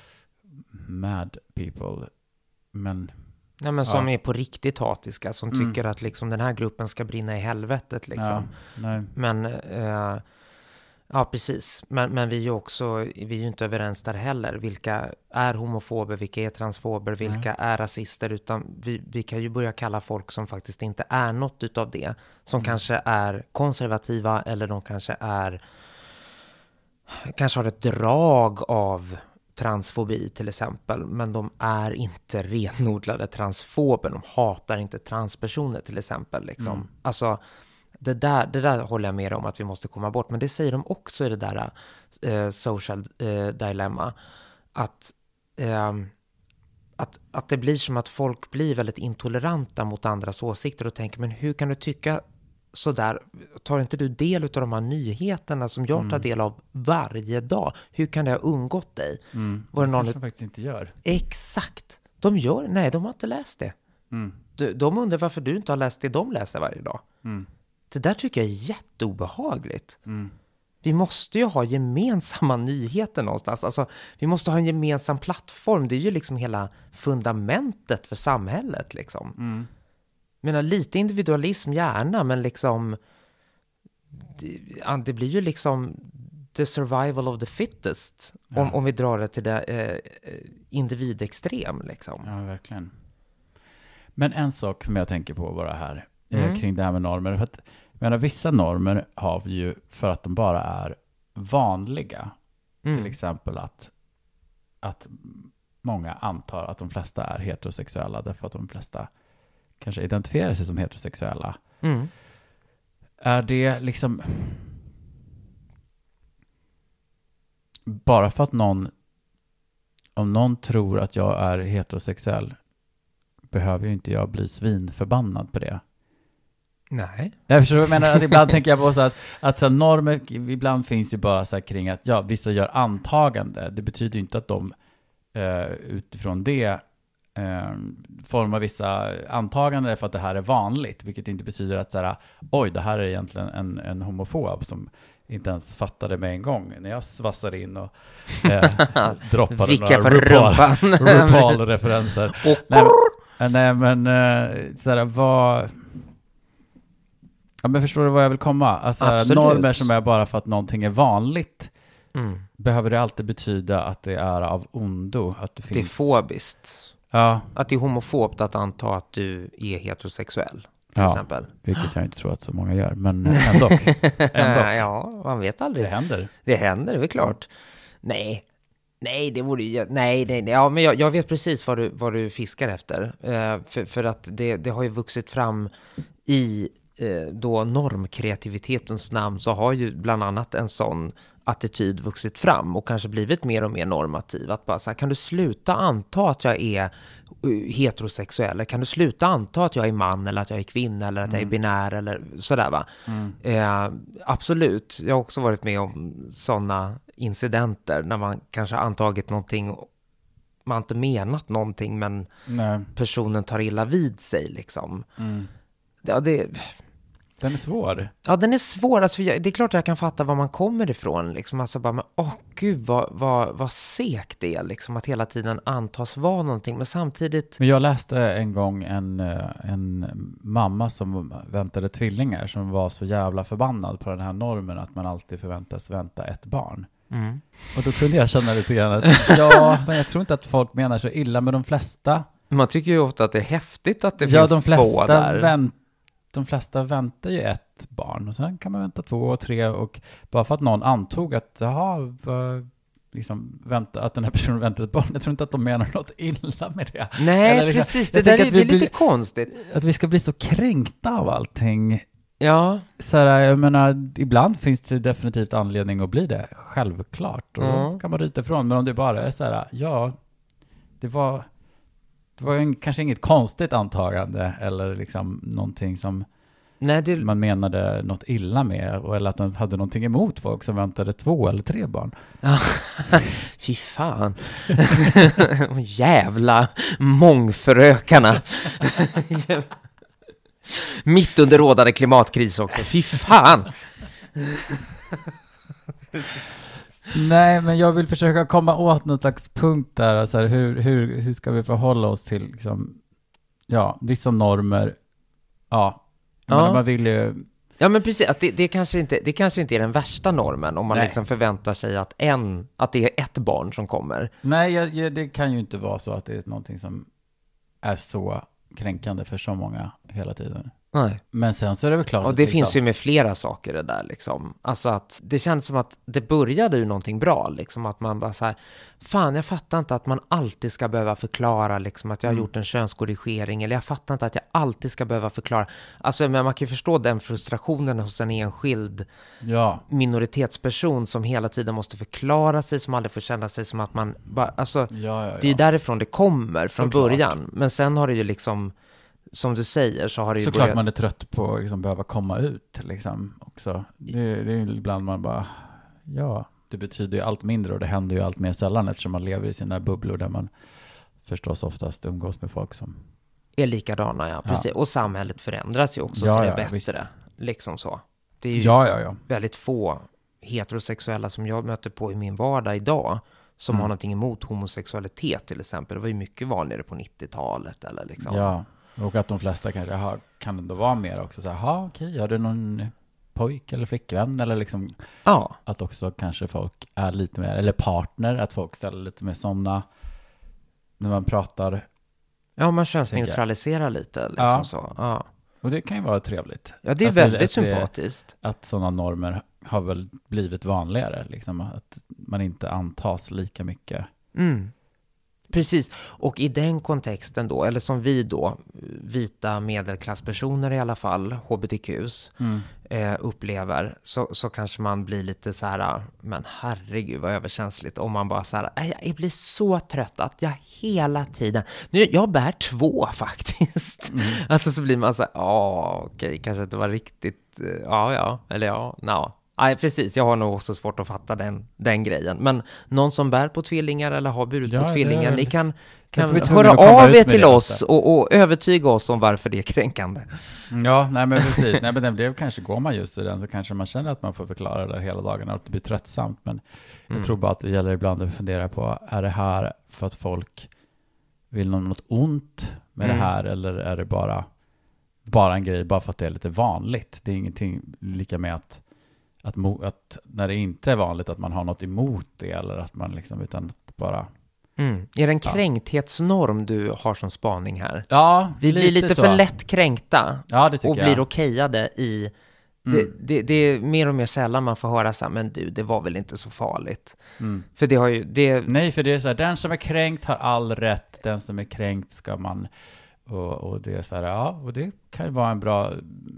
mad people. Men Nej, men som ja. är på riktigt hatiska, som mm. tycker att liksom den här gruppen ska brinna i helvetet liksom. Ja, nej. Men uh, ja, precis. Men, men vi är ju också, vi är ju inte överens där heller. Vilka är homofober, vilka är transfober, vilka Nej. är rasister. Utan vi, vi kan ju börja kalla folk som faktiskt inte är något utav det. Som mm. kanske är konservativa eller de kanske är, kanske har ett drag av transfobi till exempel. Men de är inte renodlade transfober. De hatar inte transpersoner till exempel. Liksom. Mm. Alltså... Det där, det där håller jag med om att vi måste komma bort. Men det säger de också i det där uh, social uh, dilemma. Att, uh, att, att det blir som att folk blir väldigt intoleranta mot andras åsikter och tänker, men hur kan du tycka sådär? Tar inte du del av de här nyheterna som jag tar del av varje dag? Hur kan det ha undgått dig? Mm. Var det någon kanske faktiskt inte gör. Exakt. De gör, nej, de har inte läst det. Mm. de, de undrar varför du inte har läst det de läser varje dag. Mm. Det där tycker jag är jätteobehagligt. Mm. Vi måste ju ha gemensamma nyheter någonstans. Alltså, vi måste ha en gemensam plattform. Det är ju liksom hela fundamentet för samhället. Liksom. Mm. Jag menar, lite individualism gärna, men liksom det, det blir ju liksom the survival of the fittest. Ja. Om, om vi drar det till det eh, individextrem. Liksom. Ja, verkligen. Men en sak som jag tänker på bara här Mm. eh, kring det här med normer. För att, jag menar, vissa normer har vi ju för att de bara är vanliga. Mm. Till exempel att, att många antar att de flesta är heterosexuella därför att de flesta kanske identifierar sig som heterosexuella. Mm. Är det liksom bara för att någon om någon tror att jag är heterosexuell behöver ju inte jag bli svinförbannad på det. Nej. Jag förstår vad jag menar. Att ibland tänker jag på så att, att så här, normer ibland finns ju bara så här kring att ja, vissa gör antagande. Det betyder ju inte att de eh, utifrån det eh, formar vissa antaganden för att det här är vanligt. Vilket inte betyder att så här, oj, det här är egentligen en, en homofob som inte ens fattade med en gång när jag svassade in och eh, droppade Vicka några på rumpan. RuPaul- RuPaul-referenser. Och Nej, men, nej, men eh, så här, vad... Ja, men förstår du vad jag vill komma? Alltså, Absolut. normer som är bara för att någonting är vanligt, mm. behöver det alltid betyda att det är av ondo? Att det, Det är finns... fobiskt. Ja, Att det är homofobt att anta att du är heterosexuell, till Ja. exempel. vilket jag inte tror att så många gör, men ändå. ändå. Ja, man vet Det aldrig. händer. Det händer, det är väl klart. Nej, nej, det vore ju... Nej, nej, nej. Ja, men jag, jag vet precis vad du, vad du fiskar efter. Eh, för, för att det, det har ju vuxit fram i eh, då normkreativitetens namn, så har ju bland annat en sån attityd vuxit fram och kanske blivit mer och mer normativ. Att bara så här, kan du sluta anta att jag är uh, heterosexuell? Eller kan du sluta anta att jag är man eller att jag är kvinna eller att Mm. jag är binär eller sådär, va? Mm. Eh, absolut. Jag har också varit med om sådana incidenter när man kanske har antagit någonting, man har inte menat någonting, men Nej. personen tar illa vid sig liksom. Mm. Ja, det, Den är svår. ja, den är svår. Alltså, jag, det är klart att jag kan fatta var man kommer ifrån. Liksom. Alltså bara, men åh gud, vad, vad, vad segt det är liksom, att hela tiden antas vara någonting. Men samtidigt... Men jag läste en gång en, eh, en mamma som väntade tvillingar som var så jävla förbannad på den här normen att man alltid förväntas vänta ett barn. Mm. Och då kunde jag känna lite grann att ja, men jag tror inte att folk menar så illa, med de flesta. Man tycker ju ofta att det är häftigt att det ja, finns de två flesta där. vänt, de flesta väntar ju ett barn och sen kan man vänta två och tre, och bara för att någon antog att jaha, vad, liksom, vänta, att den här personen väntar ett barn, jag tror inte att de menar något illa med det. Nej, Eller liksom, precis. Det jag där tänker är, att det vi är lite blir- konstigt. Att vi ska bli så kränkta av allting. Ja, Så här, jag menar, ibland finns det definitivt anledning att bli det, självklart. Och Mm. då ska man ryta ifrån. Men om det bara är så här, ja, det var, det var en, kanske inget konstigt antagande eller liksom någonting som nej, det... man menade något illa med, och eller att den hade någonting emot folk som väntade två eller tre barn. Fy fan. Jävla mångförökarna. Mitt under rådande klimatkris också. Fy fan. Nej, men jag vill försöka komma åt någon slags punkt där. Alltså här, hur, hur, hur ska vi förhålla oss till liksom, ja, vissa normer? Ja, jag Ja. menar, man vill ju... Ja, men precis. Att det, det, kanske inte, det kanske inte är den värsta normen om man Nej. liksom förväntar sig att, en, att det är ett barn som kommer. Nej, jag, jag, det kan ju inte vara så att det är någonting som är så kränkande för så många hela tiden. Nej. Men sen så är det väl klart Och att det är finns så. ju med flera saker det där liksom. Alltså att det känns som att det började ju någonting bra liksom. Att man bara så här, fan, jag fattar inte att man alltid ska behöva förklara liksom att jag har Mm. gjort en könskorrigering. Eller jag fattar inte att jag alltid ska behöva förklara. Alltså, men man kan ju förstå den frustrationen hos en enskild Ja, minoritetsperson som hela tiden måste förklara sig, som aldrig får känna sig som att man bara, alltså, ja, ja, ja. det är ju därifrån det kommer från Såklart. början. Men sen har det ju liksom, som du säger, så har det ju Såklart börjat... man är trött på att liksom behöva komma ut liksom också. Det, det är ju ibland man bara, ja, det betyder ju allt mindre och det händer ju allt mer sällan eftersom man lever i sina bubblor där man förstås oftast umgås med folk som är likadana, ja, precis. Ja. Och samhället förändras ju också Ja, till det ja, bättre. visst. Liksom så. Det är ju Ja, ja, ja. väldigt få heterosexuella som jag möter på i min vardag idag som Mm. har någonting emot homosexualitet till exempel. Det var ju mycket vanligare på nittiotalet eller liksom. Ja, och att de flesta kanske har, kan ändå vara mer också så här, ja okej, har du någon pojk eller flickvän eller liksom Ja. att också kanske folk är lite mer, eller partner, att folk ställer lite mer sådana när man pratar, Ja, man könsneutraliserar lite liksom Ja. så. Ja. och det kan ju vara trevligt. Ja, det är Att väldigt att det- sympatiskt. Att sådana normer har väl blivit vanligare, liksom att man inte antas lika mycket. Mm. Precis, och i den kontexten då, eller som vi då, vita medelklasspersoner i alla fall, H B T Qs, eh, upplever, så, så kanske man blir lite så här, men herregud vad överkänsligt, om man bara så här, "Aj, jag blir så trött att jag hela tiden, nu, jag bär två faktiskt." Mm. Alltså så blir man så här, ja okej, kanske inte var riktigt, eh, ja ja, eller ja, no. Nej, precis. Jag har nog också svårt att fatta den, den grejen. Men någon som bär på tvillingar eller har burit Ja, på det tvillingar, är ni lite- kan, Jag kan får bli tvungen höra att komma av ut er med till det oss lite. och, och övertyga oss om varför det är kränkande. Ja, nej men precis. Nej, men det kanske går man just i den så kanske man känner att man får förklara det hela dagen och att det blir tröttsamt. Men Mm. jag tror bara att det gäller ibland att fundera på, är det här för att folk vill något ont med Mm. det här eller är det bara, bara en grej bara för att det är lite vanligt? Det är ingenting lika med att, att, mo, att när det inte är vanligt att man har något emot det eller att man liksom, utan att bara... Mm. Är det en Ja. kränkthetsnorm du har som spaning här? Ja, Vi blir lite så. för lätt kränkta Ja, det tycker och jag. blir okejade i... Mm. Det, det, det är mer och mer sällan man får höra så här, men du, det var väl inte så farligt. Mm. För det har ju... Det, Nej, för det är så här, den som är kränkt har all rätt, den som är kränkt ska man, och, och det är så här, ja, och det kan ju vara en bra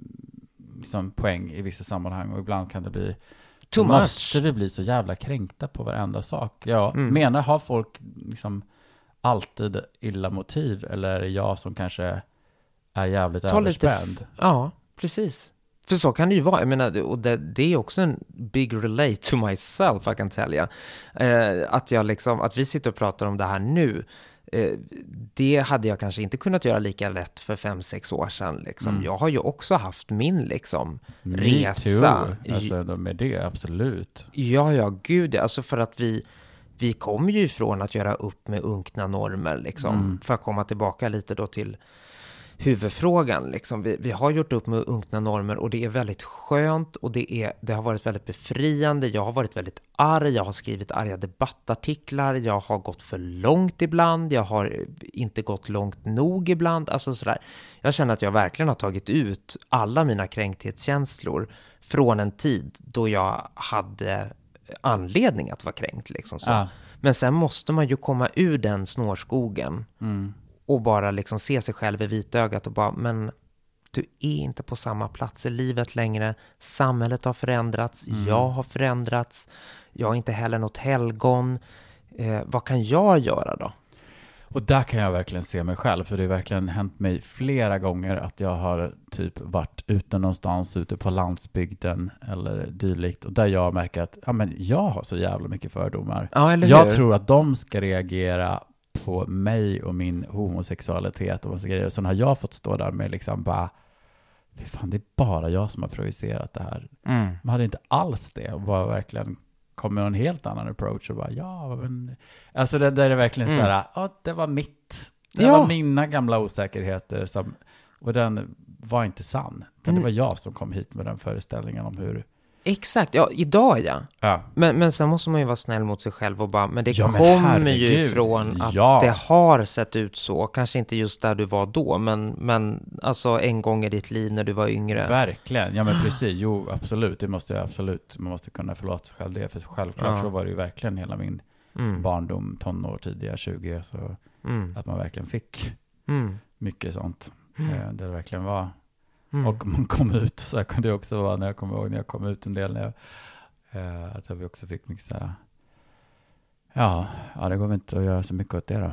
liksom, poäng i vissa sammanhang, och ibland kan det bli, Too måste much. vi bli så jävla kränkta på varenda sak? Ja, Mm. menar, har folk liksom alltid illa motiv, eller är det jag som kanske är jävligt Ta lite överspänd? f- Ja, precis. För så kan det ju vara. Jag menar, och det, det är också en big relate to myself, I can tell you. Eh, att jag liksom, att vi sitter och pratar om det här nu, eh, det hade jag kanske inte kunnat göra lika lätt för fem, sex år sedan. Liksom. Mm. Jag har ju också haft min liksom Me resa. too. Alltså, de- med det, absolut. Ja, ja, gud. Alltså för att vi, vi kommer ju ifrån att göra upp med unkna normer, liksom. Mm. För att komma tillbaka lite då till huvudfrågan, liksom. Vi, vi har gjort upp med unkna normer och det är väldigt skönt och det, är, det har varit väldigt befriande. Jag har varit väldigt arg, jag har skrivit arga debattartiklar, jag har gått för långt ibland, jag har inte gått långt nog ibland, alltså sådär. Jag känner att jag verkligen har tagit ut alla mina kränkthetskänsslor från en tid då jag hade anledning att vara kränkt, liksom så. Ja. Men sen måste man ju komma ur den snårskogen Mm. och bara liksom se sig själv i vitögat och bara, men du är inte på samma plats i livet längre. Samhället har förändrats, Mm. jag har förändrats, jag är inte heller något helgon. Eh, vad kan jag göra då? Och där kan jag verkligen se mig själv, för det har verkligen hänt mig flera gånger att jag har typ varit ute någonstans ute på landsbygden eller dylikt, och där jag märker att ja, men jag har så jävla mycket fördomar. Ja, eller Jag hur? tror att de ska reagera på mig och min homosexualitet och massa grejer. Och sen har jag fått stå där med liksom bara, fy fan, det är bara jag som har projicerat det här. Mm. Man hade inte alls det och var verkligen kom med en helt annan approach och bara, ja, men... Alltså det där är verkligen Mm. sådär, ja, det var mitt. Det Ja. var mina gamla osäkerheter som, och den var inte sann. Utan Mm. det var jag som kom hit med den föreställningen om hur... Exakt, ja, idag ja. Ja. Men, men sen måste man ju vara snäll mot sig själv och bara, men det Ja, men kommer ju herregud, ifrån att ja. det har sett ut så. Kanske inte just där du var då, men, men alltså en gång i ditt liv när du var yngre. Verkligen, ja men precis, jo absolut, det måste jag absolut, man måste kunna förlåta sig själv det, för självklart Ja. så var det ju verkligen hela min Mm. barndom, tonår, tidiga tjugo, så Mm. att man verkligen fick Mm. mycket sånt, eh, där det verkligen var. Mm. Och man kom ut, så här kunde det också vara när jag kommer ihåg när jag kom ut en del, när jag, eh, att vi också fick mycket så här, ja, ja, det går väl inte att göra så mycket åt det då.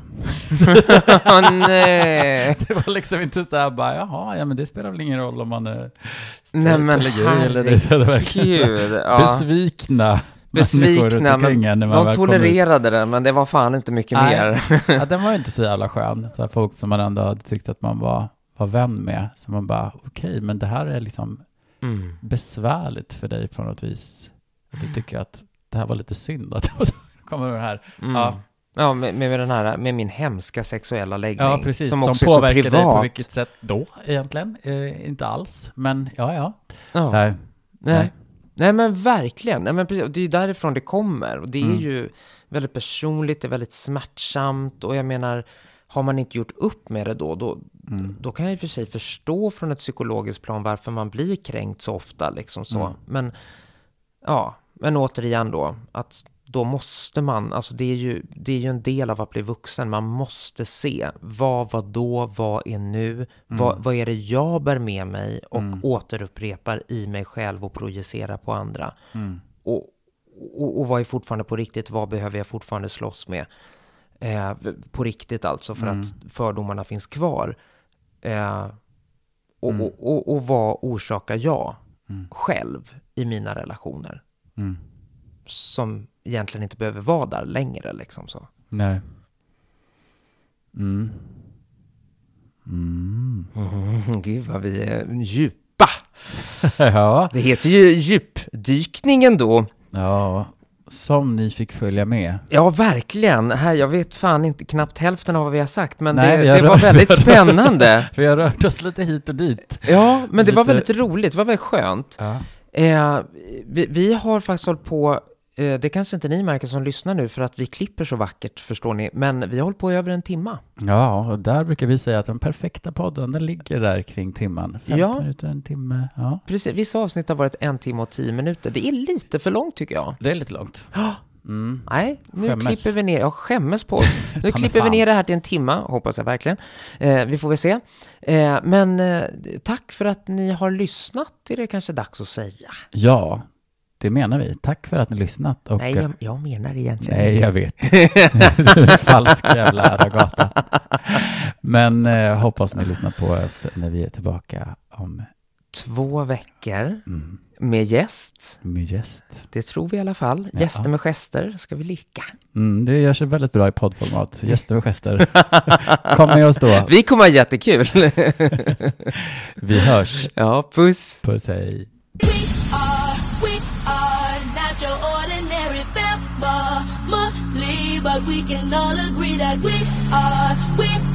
Åh, nej. Det var liksom inte så här bara, jaha, ja men det spelar väl ingen roll om man är Nej, men eller gay, eller det, så är det verkligen så här, herregud. Ja. besvikna besvikna, men en när man de tolererade den, men det var fan inte mycket Nej. mer. Ja, den var ju inte så jävla skön. Så här, folk som man ändå hade tyckt att man var, var vän med. Så man bara, okej, okay, men det här är liksom Mm. besvärligt för dig på något vis. Att du tycker att det här var lite synd att det kommer det här. Mm. Ja, ja med, med den här, med min hemska sexuella läggning. ja precis. Som, Som, också påverkar är så privat. dig på vilket sätt då egentligen? Eh, inte alls. Men ja, ja. Ja. Nej. Nej. Nej. Nej, men verkligen. Nej, men precis. Det är ju därifrån det kommer. Och det är Mm. ju väldigt personligt, det är väldigt smärtsamt. Och jag menar, har man inte gjort upp med det då, då, Mm. då kan jag i och för sig förstå från ett psykologiskt plan varför man blir kränkt så ofta. Liksom så. Mm. Men, ja, men återigen då, att då måste man, alltså det är ju, det är ju en del av att bli vuxen. Man måste se, vad var då, vad är nu, Mm. vad, vad är det jag bär med mig och Mm. återupprepar i mig själv och projicerar på andra. Mm. Och, och, och vad är fortfarande på riktigt, vad behöver jag fortfarande slåss med? Eh, på riktigt alltså, för Mm. att fördomarna finns kvar. Eh, och, Mm. och, och, och vad orsakar jag Mm. själv i mina relationer? Mm. Som egentligen inte behöver vara där längre liksom så. Nej. Mm. Mm. Mm, gud vad vi är djupa. Ja. Det heter ju djupdykningen då. Ja. Som ni fick följa med. Ja, verkligen. Här, jag vet fan inte knappt hälften av vad vi har sagt, men Nej, vi det, har det var rört- väldigt spännande. Vi har rört oss lite hit och dit. Ja, men det var Lite- väldigt roligt. Det var väldigt skönt. Ja. Eh, vi, vi har faktiskt hållit på, eh, det kanske inte ni märker som lyssnar nu, för att vi klipper så vackert, förstår ni. Men vi har hållit på i över en timma. Ja, och där brukar vi säga att den perfekta podden, den ligger där kring timman. femton Ja. minuter, en timme. Ja. Precis, vissa avsnitt har varit en timme och tio minuter. Det är lite för långt tycker jag. Det är lite långt. Mm. Nej, nu Skämmes. klipper vi ner, jag skämmes på oss. Nu mig klipper vi fan. ner det här till en timma, hoppas jag verkligen. Eh, vi får väl se. Eh, men eh, tack för att ni har lyssnat, är det kanske dags att säga. Ja, det menar vi. Tack för att ni lyssnat. Och, Nej, jag, jag menar det egentligen. Nej, jag vet. Du är falsk jävla Ragata. Men eh, hoppas ni lyssnar på oss när vi är tillbaka om Två veckor mm, med gäst. med gäst. Det tror vi i alla fall. Ja. Gäster med gester ska vi lika. Mm, det gör sig väldigt bra i poddformat. Så gäster och gester. Kom med oss då. Vi kommer ha jättekul. Vi hörs. Ja, puss. Puss, hej. We are, we are not your ordinary family, but we can all agree that we are, we